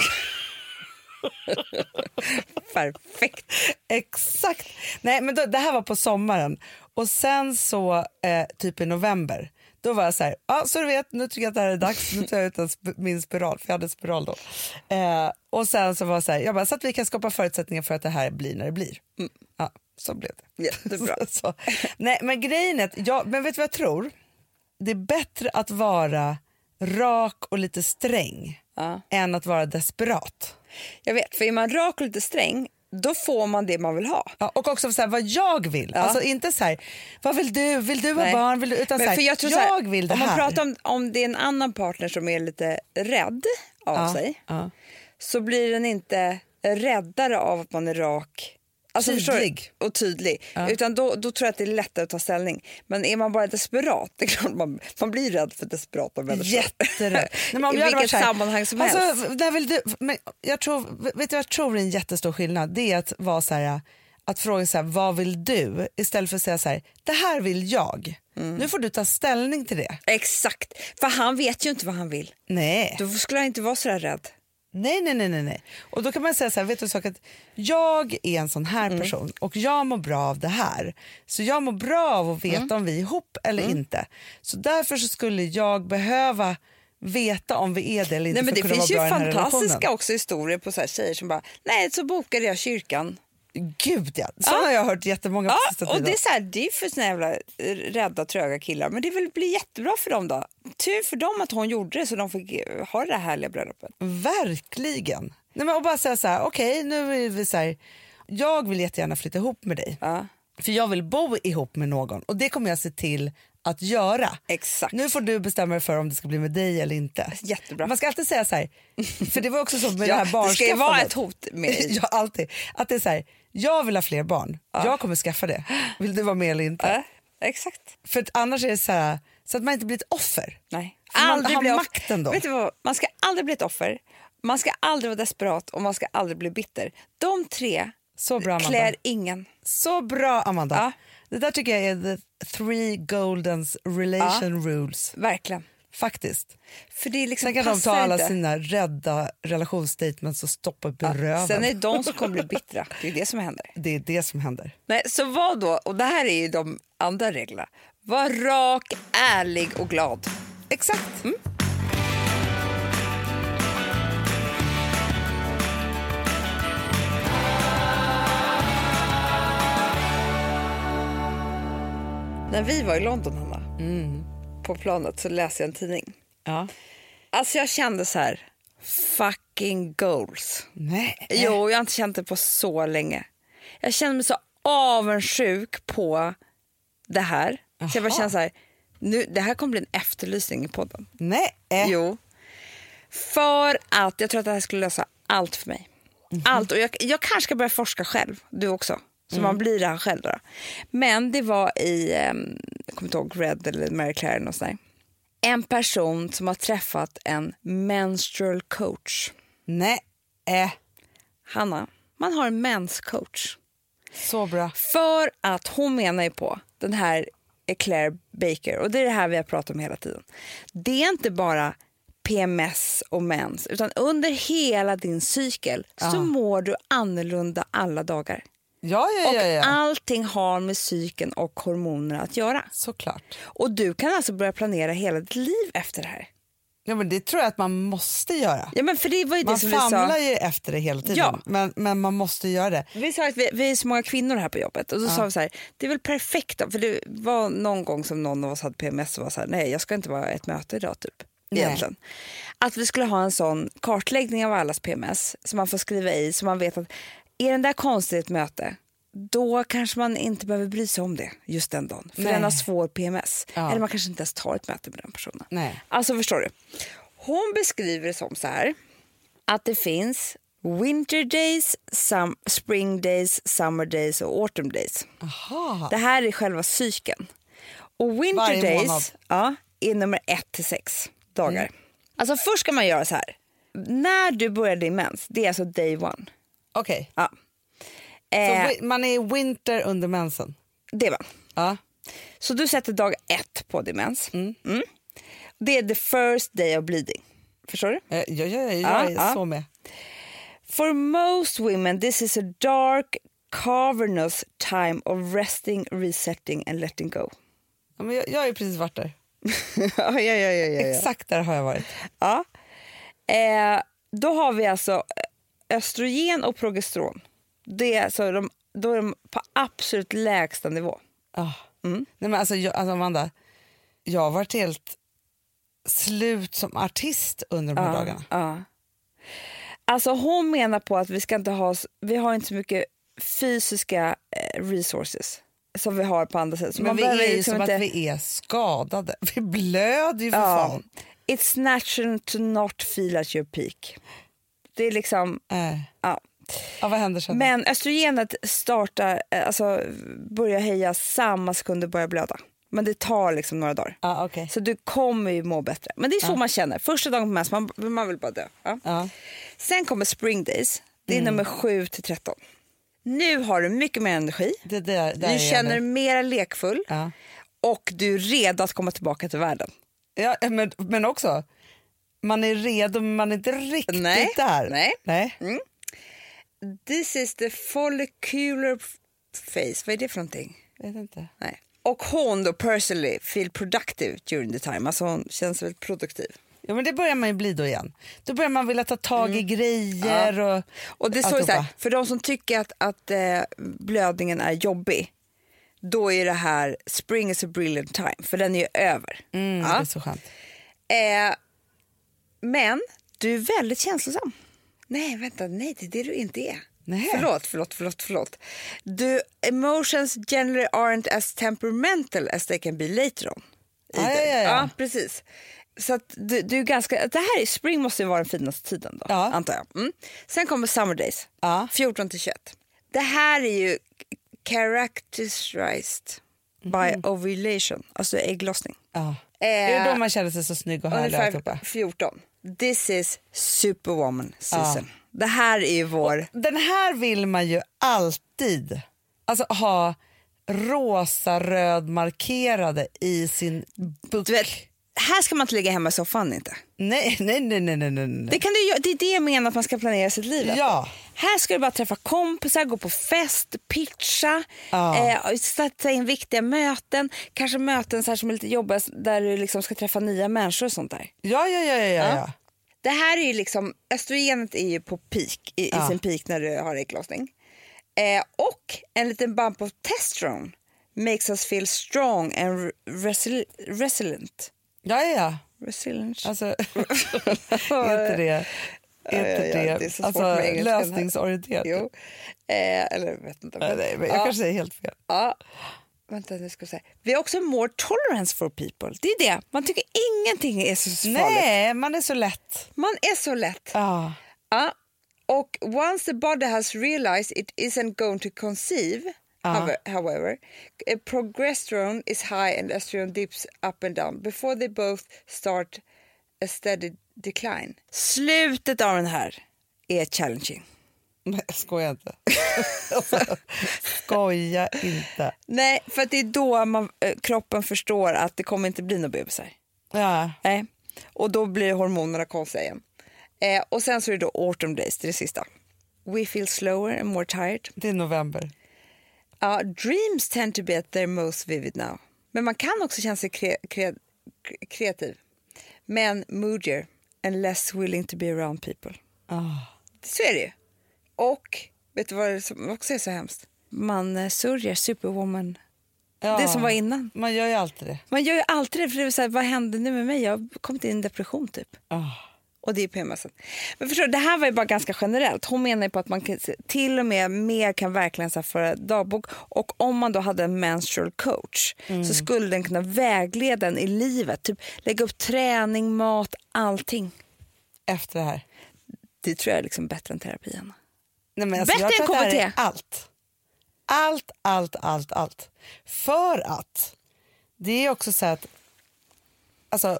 Perfekt. Exakt. Nej, men då, det här var på sommaren. Och sen så, eh, typ i november, då var jag så här, ja, så du vet, nu tycker jag att det här är dags. Nu tar jag ut en sp- min spiral, för jag hade spiral då. Eh, och sen så var jag så här, jag bara, så att vi kan skapa förutsättningar för att det här blir när det blir. Mm. Ja, så blev det. Jättebra. så, så. Nej, men grejen är att, ja, men vet du vad jag tror? Det är bättre att vara rak och lite sträng ja. än att vara desperat. Jag vet, för är man rak och lite sträng, då får man det man vill ha. Ja, och också så här, vad jag vill. Ja. Alltså inte så här, vad vill du? Vill du ha Nej. barn? Vill du? Utan men så här, för jag, tror jag så här, vill det om här. man pratar om, om det är en annan partner som är lite rädd av ja. sig, ja. så blir den inte räddare av att man är rak. Alltså, tydlig. Och tydlig. Ja. Utan då, då tror jag att det är lättare att ta ställning. Men är man bara desperat, det är klart man, man blir rädd för desperata människor. Jätterädd. Nej, I vilket sammanhang som alltså, helst. Där vill du, men jag tror, vet du vad jag tror är en jättestor skillnad? Det är att vara så här, att fråga så här, vad vill du? Istället för att säga så här, det här vill jag. Mm. Nu får du ta ställning till det. Exakt, för han vet ju inte vad han vill. Nej. Då skulle han inte vara så här rädd. Nej, nej, nej, nej, nej. Och då kan man säga så här, vet du sak att jag är en sån här person mm. och jag mår bra av det här. Så jag mår bra av att veta mm. om vi är ihop eller mm. inte. Så därför så skulle jag behöva veta om vi är det eller inte. Nej, men för det finns ju fantastiska också historier på så här tjejer som bara, nej så bokade jag kyrkan. Gud ja, så ja. har jag hört jättemånga på ja, och det är så här, det är för såna jävla rädda, tröga killar. Men det vill bli jättebra för dem då. Tur för dem att hon gjorde det så de fick ha det här härliga bröllopet. Verkligen. Nej, men och bara säga så här, okej okay, nu är vi så här, jag vill jättegärna flytta ihop med dig. Ja. För jag vill bo ihop med någon och det kommer jag se till att göra. Exakt. Nu får du bestämma dig för om det ska bli med dig eller inte. Jättebra. Man ska alltid säga så här, för det var också så med ja, det här barnskaffandet. Det ska ju vara ett hot med dig. Ja, alltid. Att det är så här, jag vill ha fler barn. Ja. Jag kommer skaffa det. Vill du vara med eller inte? Ja, exakt. För annars är det så här, så att man inte blir ett offer. Nej. För man aldrig har bli makten då. Vet du vad? Man ska aldrig bli ett offer. Man ska aldrig vara desperat och man ska aldrig bli bitter. De tre så bra, Amanda. Klär ingen. Så bra, Amanda. Ja. Det där tycker jag är the three goldens relation ja. rules. Verkligen. Faktiskt. För det är liksom sen kan de ta alla inte. sina rädda relationsstatements och stoppa på ja. röven. Sen är det de som kommer bli bittra. Det är det som händer. Det är det som händer. Nej, så vad då? Och det här är ju de andra reglerna. Var rak, ärlig och glad. Exakt. Mm. När vi var i London, Hanna, mm. på planet så läste jag en tidning. Ja. Alltså jag kände så här, fucking goals. Nej. Jo, jag har inte känt det på så länge. Jag kände mig så avundsjuk på det här. Aha. Så jag bara kände så här, nu, det här kommer bli en efterlysning i podden. Nej. Jo. För att jag tror att det här skulle lösa allt för mig. Mm-hmm. Allt. Och jag, jag kanske ska börja forska själv, du också. Så mm. man blir det här själv då. Men det var i, um, jag kommer inte ihåg, Red eller Mary Claire eller något sånt där. En person som har träffat en menstrual coach. Nej. Äh. Hanna, man har en menscoach. Så bra. För att hon menar ju på, den här är Claire Baker, och det är det här vi har pratat om hela tiden. Det är inte bara P M S och mens, utan under hela din cykel ja. så mår du annorlunda alla dagar. Ja, ja, ja, ja. Och allting har med psyken och hormoner att göra. Såklart. Och du kan alltså börja planera hela ditt liv efter det här. Ja, men det tror jag att man måste göra. Ja, men för det var ju man det som vi sa. Man famlar ju efter det hela tiden, ja. men, men man måste göra det. Vi sa att vi, vi är så många kvinnor här på jobbet. Och då ja. sa vi så här, det är väl perfekt då. För det var någon gång som någon av oss hade P M S och var så här, nej jag ska inte vara ett möte idag typ. Egentligen. Att vi skulle ha en sån kartläggning av allas P M S som man får skriva i, så man vet att är den där konstigt ett möte, då kanske man inte behöver bry sig om det just den dagen. För Nej. den har svår P M S. Ja. Eller man kanske inte ens tar ett möte med den personen. Nej. Alltså förstår du. Hon beskriver det som så här, att det finns Winter days, sum, spring days, summer days och autumn days. Aha. Det här är själva cykeln. Och winter Varje days månad. ja, är nummer ett till sex dagar. Mm. Alltså först ska man göra så här. När du börjar din mens, det är alltså day one. Okej. Ja. Så Eh, wi- man är i winter under mensen? det var. Ja. Så du sätter dag ett på din mens. Mm. Mm. Det är the first day of bleeding. Förstår du? Ja, ja, ja, jag Ja, är ja. så med. For most women this is a dark, cavernous time of resting, resetting and letting go. Ja, men jag, jag har ju precis varit där. ja, ja, ja, ja, ja. Exakt där har jag varit. Ja. Eh, då har vi alltså östrogen och progesteron. Det är alltså de, då är de på absolut lägsta nivå. Ah. Mm. Nej, men alltså, jag, alltså Amanda, jag har varit helt slut som artist under de här Ja, dagarna. ja. Alltså hon menar på att vi ska inte ha, vi har inte så mycket fysiska eh, resources som vi har på andra sätt. Så Men man vi behöver är ju liksom som inte, att vi är skadade. Vi blöder ju för ja, fan. it's natural to not feel at your peak. Det är liksom, Äh. ja. Ja, vad händer sen? Men östrogenet startar, eh, alltså börjar höja samma sekund du börjar blöda. Men det tar liksom några dagar. Ah, okay. Så du kommer ju må bättre. Men det är så Ja. man känner. Första dagen på mens, man, man vill bara dö. Ja. Ja. Sen kommer spring days. Det är Mm. nummer sju till tretton. Nu har du mycket mer energi. Det, där, där är Du jag känner dig nu. mer lekfull. Ja. Och du är redo att komma tillbaka till världen. Ja, men, men också, man är redo men man är inte riktigt Nej, där. nej. nej. This is the follicular phase. Vad är det för någonting? Vet inte. Nej. Och hon då personally feel productive during the time. Alltså hon känns väldigt produktiv. Ja, men det börjar man ju bli då igen. Då börjar man vilja ta tag i grejer. Och, Och det är så, så alltihopa. här, för de som tycker att, att eh, blödningen är jobbig, då är det här spring is a brilliant time, för den är ju över. Mm, Ja. Det är så skönt. Eh, men du är väldigt känslosam. Nej, vänta, nej, det är det du inte är. Nej. Förlåt, förlåt, förlåt, förlåt. Du, emotions generally aren't as temperamental as they can be later on. i Ja, dig. ja, ja, ja. precis. Så att du, du är ganska, det här är spring måste ju vara den finaste tiden då, Ja. antar jag. Mm. Sen kommer summer days, Ja. fjorton till tjugoett. Det här är ju characterized by ovulation, alltså ägglossning. Ja. Eh, Är det då man känner sig så snygg och härlig? och ungefär alltihopa? fjorton. This is superwoman season. Det här är ju vår... Den här vill man ju alltid alltså, ha rosa röd markerade i sin buck. Du vet, här ska man inte ligga hemma i soffan inte. Nej, nej, nej, nej, nej, nej. Det, kan du, gö- det är det jag menar att man ska planera sitt liv efter. Ja. Här ska du bara träffa kompisar, gå på fest, pitcha, Ja. eh, sätta in viktiga möten. Kanske möten så här som är lite jobbiga där du liksom ska träffa nya människor och sånt där. Ja, ja, ja, ja, ja. ja. Det här är ju liksom, östrogenet är ju på peak, i, Ja. i sin peak när du har ägglossning. Eh, och en liten bump of testosterone makes us feel strong and resil- resilient. Ja, ja, ja. Resilient. Alltså, är inte det, är inte Ja, ja, ja, det, det är så svårt alltså, med engelskan här. lösningsorienterat? Jo. Eh, eller jag vet inte. Nej, nej, men jag ja, kanske säger helt fel. ja. Vänta, nu ska jag säga. Vi har också more tolerance for people. Det är det. Man tycker ingenting är så farligt. Nej, man är så lätt. Man är så lätt. Ja. Ja. Och once the body has realized it isn't going to conceive, Ja. however, however eh, progesterone is high and estrogen dips up and down before they both start a steady decline. Slutet av den här är challenging. Nej, skoja inte. alltså, skoja inte. Nej, för att det är då man, eh, kroppen förstår att det kommer inte bli några bebisar. Ja. Nej. Och då blir hormonerna konstiga igen. Eh, och sen så är det då autumn days, det är det sista. We feel slower and more tired. Det är november. Ja, dreams tend to be at their most vivid now. Men man kan också känna sig kre- kre- kreativ. Men moodier and less willing to be around people. Ah. Så är det ju. Och vet du vad det som också är så hemskt? Man eh, sörjer superwoman. Ja. Det som var innan. Man gör ju alltid det. Man gör ju alltid det, för det är så här, vad hände nu med mig? Jag har kommit in i en depression typ. Ah. Och det är P M S. Men förstår du, det här var ju bara ganska generellt. Hon menar ju på att man kan, till och med mer kan verkligen så här föra dagbok. Och om man då hade en menstrual coach Mm. så skulle den kunna vägleda en i livet. Typ lägga upp träning, mat, allting. Efter det här. Det tror jag är liksom bättre än terapi. Nej, men alltså, bättre jag tror än att det K här B T. är allt. Allt, allt, allt, allt. För att det är också så att alltså,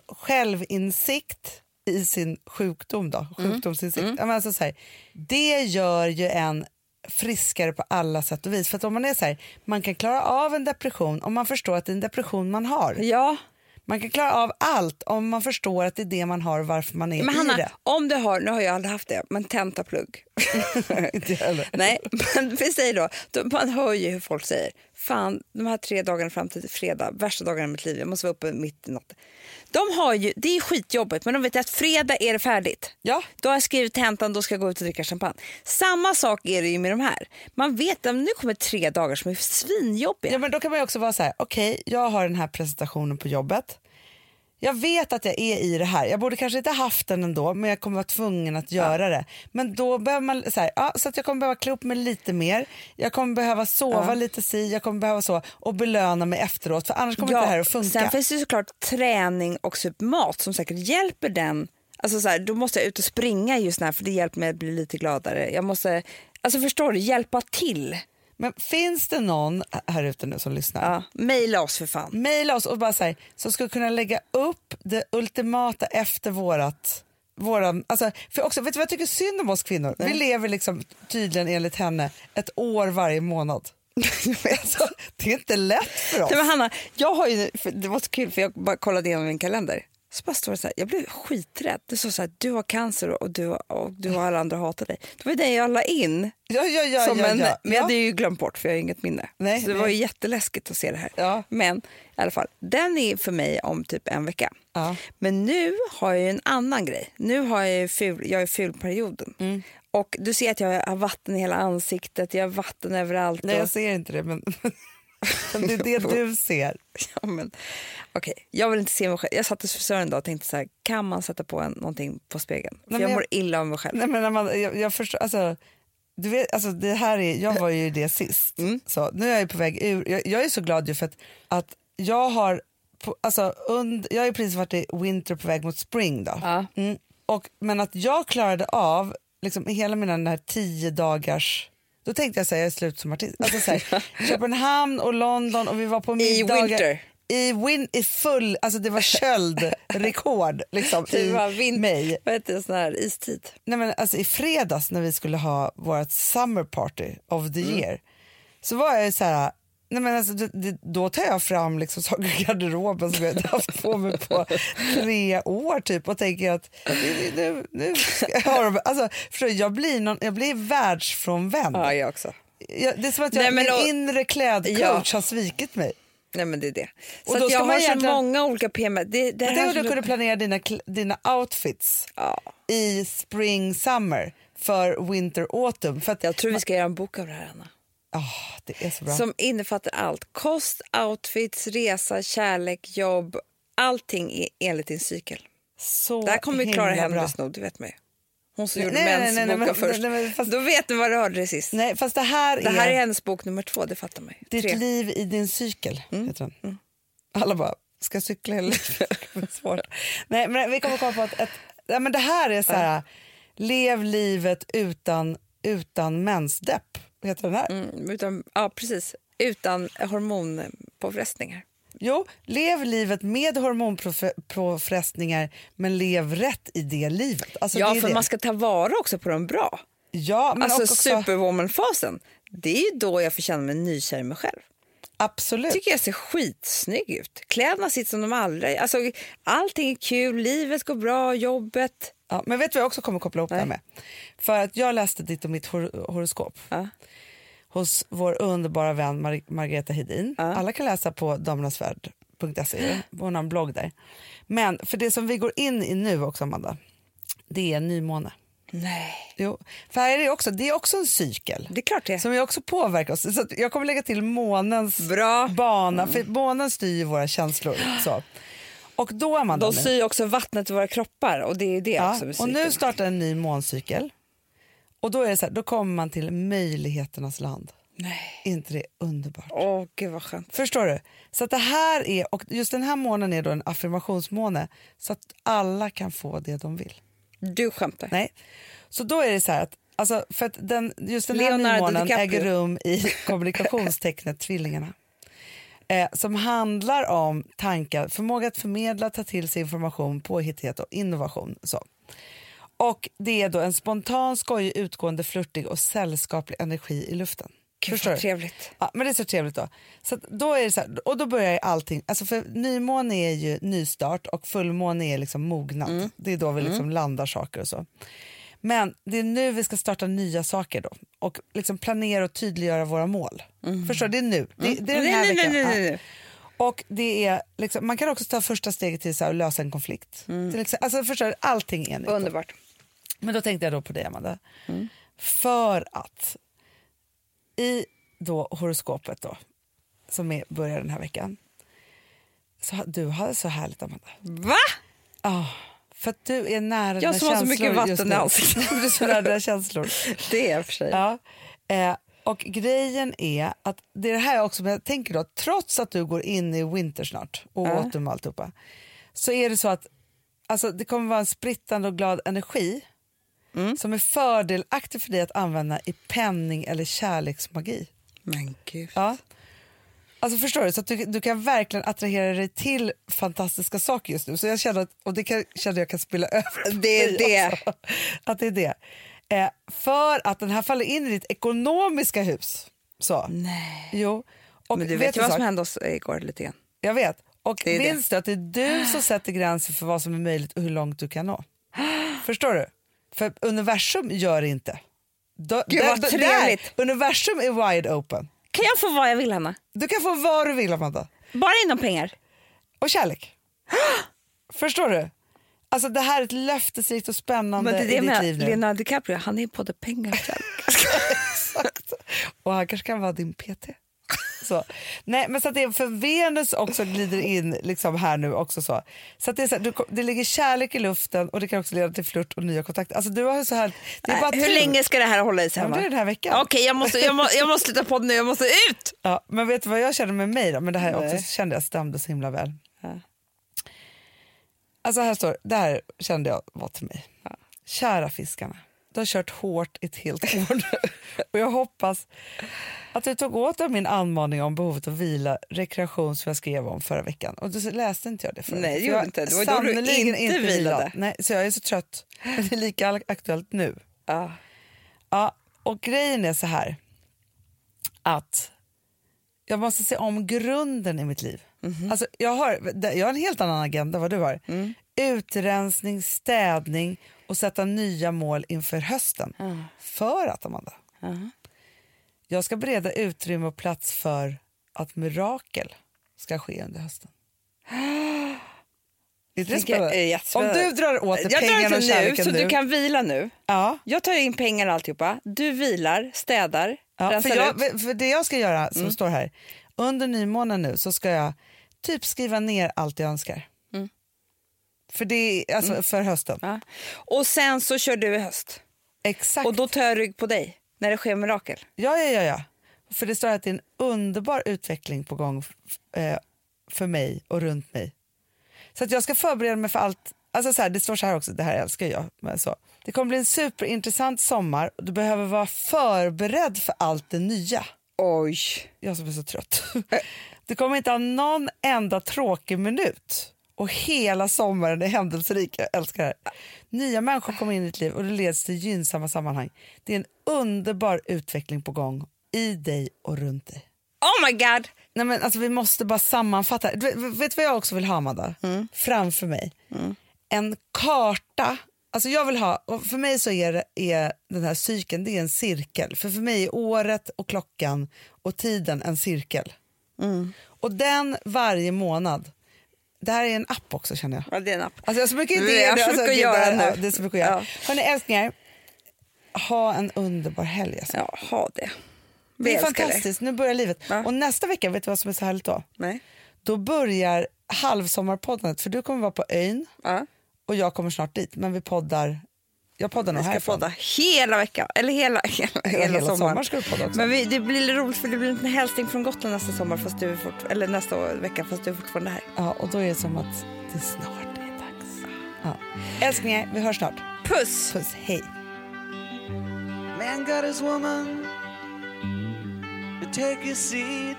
självinsikt i sin sjukdom då, sjukdomsinsikt. Mm. Mm. Alltså, så här, det gör ju en friskare på alla sätt och vis. För att om man är så här, man kan klara av en depression om man förstår att det är en depression man har. Ja. Man kan klara av allt om man förstår att det är det man har och varför man är men i Hanna, det. Om du har, nu har jag aldrig haft det, men tentaplugg. Inte heller. Nej, men vi säger då, då, man hör ju hur folk säger, fan de här tre dagarna fram till fredag, värsta dagarna i mitt liv, jag måste vara uppe mitt i natten. De har ju, det är skitjobbigt, men de vet att fredag är det färdigt. Ja. Då har jag skrivit tentan, då ska jag gå ut och dricka champagne. Samma sak är det ju med de här. Man vet att nu kommer tre dagar som är svinjobbiga. Ja, men då kan man ju också vara så här, okej, okay, jag har den här presentationen på jobbet. Jag vet att jag är i det här. Jag borde kanske inte haft den ändå, men jag kommer vara tvungen att göra ja. det. Men då behöver man så här, ja, så att jag kommer behöva klä upp mig lite mer. Jag kommer behöva sova ja. lite si, jag kommer behöva så och belöna mig efteråt, för annars kommer ja. inte det här att funka. Sen finns det såklart träning och typ mat som säkert hjälper den. Alltså så här, då måste jag ut och springa just när, för det hjälper mig att bli lite gladare. Jag måste, alltså förstår du, hjälpa till. Men finns det någon här ute nu som lyssnar? Ja, mejla oss för fan. Mejla oss och bara säg så ska kunna lägga upp det ultimata efter vårat våran, alltså, för också, vet du vad jag tycker synd om oss kvinnor? Nej. Vi lever liksom tydligen enligt henne ett år varje månad. Alltså, det är inte lätt för oss. Nej, men Hanna, jag har ju, det var så kul för jag bara kollade igenom min kalender. Så bara står det så här, jag blev skiträdd. Det står så här, du har cancer och du, och du har alla andra hatar dig. Det var det jag la in. Ja, ja, ja, som ja, en, ja. Men jag hade ju glömt bort för jag har inget minne. Nej, så det nej. var ju jätteläskigt att se det här. Ja. Men i alla fall, den är för mig om typ en vecka. Ja. Men nu har jag ju en annan grej. Nu har jag ju ful, jag är fulperioden. Mm. Och du ser att jag har vatten i hela ansiktet, jag har vatten överallt. Nej, och... jag ser inte det, men det är det du ser. Ja, men okej, okay. Jag vill inte se mig själv. Jag satt hos frisören då och tänkte så här, kan man sätta på en, någonting på spegeln? För nej, jag mår jag, illa av mig själv. Nej, men när man, jag, jag förstår, alltså, du vet, alltså det här är, jag var ju det sist. Mm. Så nu är jag på väg ur. Jag, jag är så glad ju för att, att jag har, på, alltså, und, jag har ju precis varit i winter på väg mot spring då. Ja. Mm. Och, men att jag klarade av liksom hela mina den här tio dagars. Då tänkte jag säga jag är slut som artist. Alltså så här, Köpenhamn och London och vi var på middagar. I winter. I, win, i full, alltså det var köldrekord liksom, det var i mig. Vad heter det, sån här istid? Nej, men alltså i fredags när vi skulle ha vårt summer party of the mm. year så var jag så här, nej men alltså det, det, då tar jag fram liksom saker i garderoben som jag hade haft på mig på tre år typ och tänker att nu, nu ska jag ha dem. Alltså, för jag blir någon, jag blir världsfrånvänd. Ja, jag också. Jag, det är som att jag, nej, men, min och, inre klädcoach ja. har svikit mig. Nej, men det är det. Så och då att jag har så egentligen... många olika P M. Det, det här du kunde planera dina, dina outfits ja. i spring, summer för winter, autumn. För att jag tror vi ska göra en bok av det här, Anna. Oh, det är så bra. Som innefattar allt. Kost, outfits, resa, kärlek, jobb. Allting är enligt din cykel. Så där kommer vi klara Hennes nog, du vet mig. Hon som gjorde mensboken först. Nej, nej, fast, då vet du vad du hörde det sist. Nej, fast det här det här är, är hennes bok nummer två, det fattar man ju. Ditt Tre. liv i din cykel, mm. heter den. Mm. Alla bara, ska jag cykla eller svårt. Nej, men vi kommer komma på att ett, ja, men det här är så här, ja. lev livet utan, utan mensdepp, heter den här. Mm, utan, ja, precis. Utan hormonpåfrestningar. Jo, lev livet med hormonpåfrestningar men lev rätt i det livet. Alltså, ja, det är för det. Man ska ta vara också på dem bra. Ja, men alltså också... superwoman-fasen, det är ju då jag får känna mig nykär i mig själv. Absolut. Tycker jag ser skitsnygg ut. Kläderna sitter som de allra. Alltså, allting är kul, livet går bra, jobbet. Ja, men vet du vad jag också kommer koppla ihop det med? För att jag läste ditt och mitt hor- horoskop. Ja. Hos vår underbara vän Mar- Margareta Hedin. Ja. Alla kan läsa på damernasvärld punkt se. Hon har en blogg där. Men för det som vi går in i nu också, Amanda, det är en nymåne. Nej. Jo, för här är det också, det är också en cykel. Det är klart det. Som ju också påverkar oss. Så att jag kommer lägga till månens Bra. bana. Mm. För månen styr våra känslor. Så. Och då, Amanda, de styr också vattnet i våra kroppar. Och det är det ja, också med och nu startar en ny måncykel. Och då är det så här, då kommer man till möjligheternas land. Nej. Inte det underbart? Åh, gud vad skönt. Förstår du? Så att det här är, och just den här månen är då en affirmationsmåne så att alla kan få det de vill. Du skämtar. Nej. Så då är det så här att, alltså, för att den, just den här Leonardo nymånen DiCaprio. äger rum i kommunikationstecknet Tvillingarna. Eh, som handlar om tankar, förmåga att förmedla, ta till sig information, påhitthet och innovation. Så. Och det är då en spontan, skojig, utgående, flörtig och sällskaplig energi i luften. Gud, Förstår vad du? trevligt. Ja, men det är så trevligt då. Så att då är det så här, och då börjar allting, alltså för nymåne är ju nystart och fullmåne är liksom mognad. Mm. Det är då vi liksom mm. landar saker och så. Men det är nu vi ska starta nya saker då och liksom planera och tydliggöra våra mål. Mm. Förstår du? Det är nu. Det, mm. det är den här nej, veckan. Nej, nej, nej. Ja. Och det är liksom, man kan också ta första steget till så här, att lösa en konflikt. Mm. Till exempel, alltså förstår du, allting är nytt. Underbart. Men då tänkte jag då på dig, Amanda. Mm. För att i då horoskopet då, som är, börjar den här veckan, så du hade så härligt, Amanda. Va? Ja, oh, för att du är nära jag som har så mycket vatten i ansiktet. Du är så nära dina känslor. Det är för sig. Ja, eh, och grejen är att det är det här också, men jag tänker då, trots att du går in i winter snart och ja. autumn och alltihopa, så är det så att alltså, det kommer vara en sprittande och glad energi mm. som är fördelaktig för dig att använda i penning eller kärleksmagi. Men gud. Ja. Alltså förstår du, så att du, du kan verkligen attrahera dig till fantastiska saker just nu. Så jag känner att, och det kan, känner jag kan spela över. Det är det. Också, att det är det. Eh, för att den här faller in i ditt ekonomiska hus. Så. Nej. Jo. Och men du vet, vet ju vad som hände oss igår lite grann. Jag vet. Och minns det. du att det är du som sätter gränser för vad som är möjligt och hur långt du kan nå. Förstår du? För universum gör det inte. Då, Gud vad där, trevligt. Där, universum är wide open. Kan jag få vad jag vill, Hanna? Du kan få vad du vill, Amanda. Bara inom pengar? Och kärlek. Förstår du? Alltså det här är ett löftesrikt och spännande men det är det i ditt med liv nu. Leonardo DiCaprio, han är både pengar och kärlek. Exakt. Och han kanske kan vara din P T. Så. Nej, men så att det är för Venus också glider in liksom här nu också så. Så att det är så här, du, det ligger kärlek i luften och det kan också leda till flört och nya kontakter. Alltså du har så här, det är Nej, bara hur tur. länge ska det här hålla i sig? Ja, det är den här veckan. Okej, jag måste jag, må, jag måste sluta på nu, jag måste ut. Ja, men vet du vad jag känner med mig då? Men det här också kände jag stämde så himla väl. Ja. Alltså här står, det här kände jag var till mig. Ja. Kära fiskarna, du har kört hårt i ett helt år. Och jag hoppas att du tog åt av min anmaning om behovet av vila, rekreation som jag skrev om förra veckan. Och då läste inte jag det förra. Nej, det gjorde inte. Det var då du inte, inte vilade. Nej, så jag är så trött. Men det är lika aktuellt nu. Ja. Ja, och grejen är så här. Att jag måste se om grunden i mitt liv. Mm-hmm. Alltså, jag, har, jag har en helt annan agenda än vad du har. Mm. Utrensning, städning och sätta nya mål inför hösten. Mm. För att, Amanda, mm. jag ska bereda utrymme och plats för att mirakel ska ske under hösten. Är det spännande? Om du drar åt det, pengarna och kärleken nu, nu. Så du kan vila nu. Ja. Jag tar in pengar och alltihopa. Du vilar, städar, ja, för, jag, ut. för det jag ska göra som mm. står här. Under nymånen nu så ska jag typ skriva ner allt jag önskar. Mm. För det är alltså mm. för hösten. Ja. Och sen så kör du i höst. Exakt. Och då tar jag rygg på dig när det sker mirakel. Ja, ja, ja, ja. För det står att det är en underbar utveckling på gång eh, för mig och runt mig. Så att jag ska förbereda mig för allt. Alltså så här, det står så här också, det här älskar jag. Men så. Det kommer bli en superintressant sommar och du behöver vara förberedd för allt det nya. Oj. Jag som är så trött. Du kommer inte ha någon enda tråkig minut. Och hela sommaren är händelserik. Jag älskar det här. Nya människor kommer in i ditt liv och det leds till gynnsamma sammanhang. Det är en underbar utveckling på gång i dig och runt dig. Oh my god! Nej, men alltså, vi måste bara sammanfatta. Du, vet vad jag också vill ha, Amanda? Mm. Framför mig. Mm. En karta. Alltså jag vill ha, och för mig så är, det, är den här cykeln, det är en cirkel. För för mig är året och klockan och tiden en cirkel. Mm. Och den varje månad. Det här är en app också, känner jag. Ja, det är en app. Alltså jag har så mycket idéer. Det är så alltså, mycket att göra nu. Ja, det är så mycket att göra. Ja. Hörrni, älsklingar. Ha en underbar helg. Alltså. Ja, ha det. Vi det är fantastiskt, det. Nu börjar livet. Ja. Och nästa vecka, vet du vad som är så härligt då? Nej. Då börjar halvsommarpoddandet, för du kommer vara på ön. Ja. Och jag kommer snart dit, men vi poddar. Jag poddar nog härifrån. podda hela veckan, eller hela, hela, ja, hela, hela sommar. sommar ska du podda också. Men vi, det blir roligt för det blir en hälsning från Gotland nästa sommar fast du är fort, eller nästa vecka fast du är fortfarande här. Ja, och då är det som att det snart är dags. Ja. Älsklingar, vi hörs snart. Puss! Puss, hej. Man got his woman to take his seat.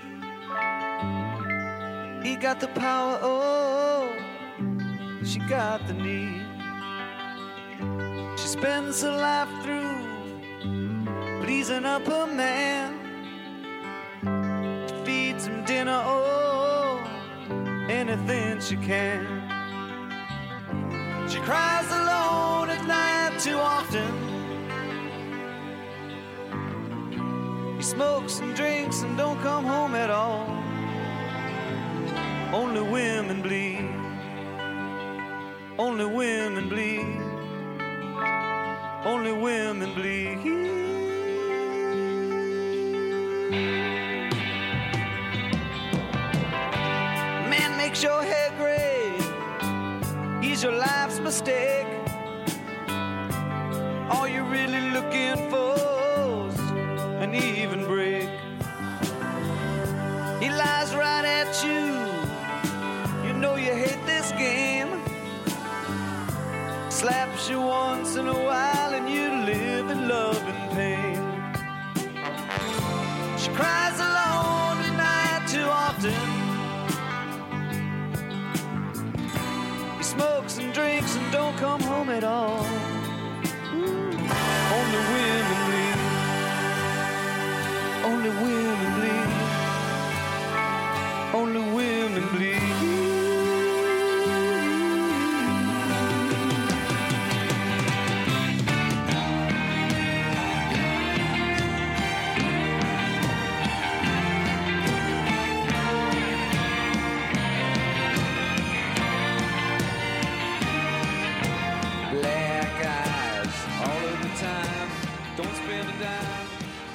He got the power, oh, she got the need. She spends her life through pleasing up her man. She feeds him dinner, oh, anything she can. She cries alone at night too often. He smokes and drinks and don't come home at all. Only women bleed. Only women bleed. Only women bleed. Man makes your hair gray. He's your life's mistake. All you're really looking for's an even break. He lies right at you. You know you hate this game. Slaps you once in a while and you live in love and pain. She cries alone at night too often. He smokes and drinks and don't come home at all. Ooh. Only women bleed. Only women bleed. Only women bleed.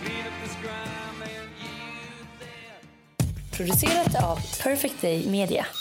Producerat av Perfect Day Media.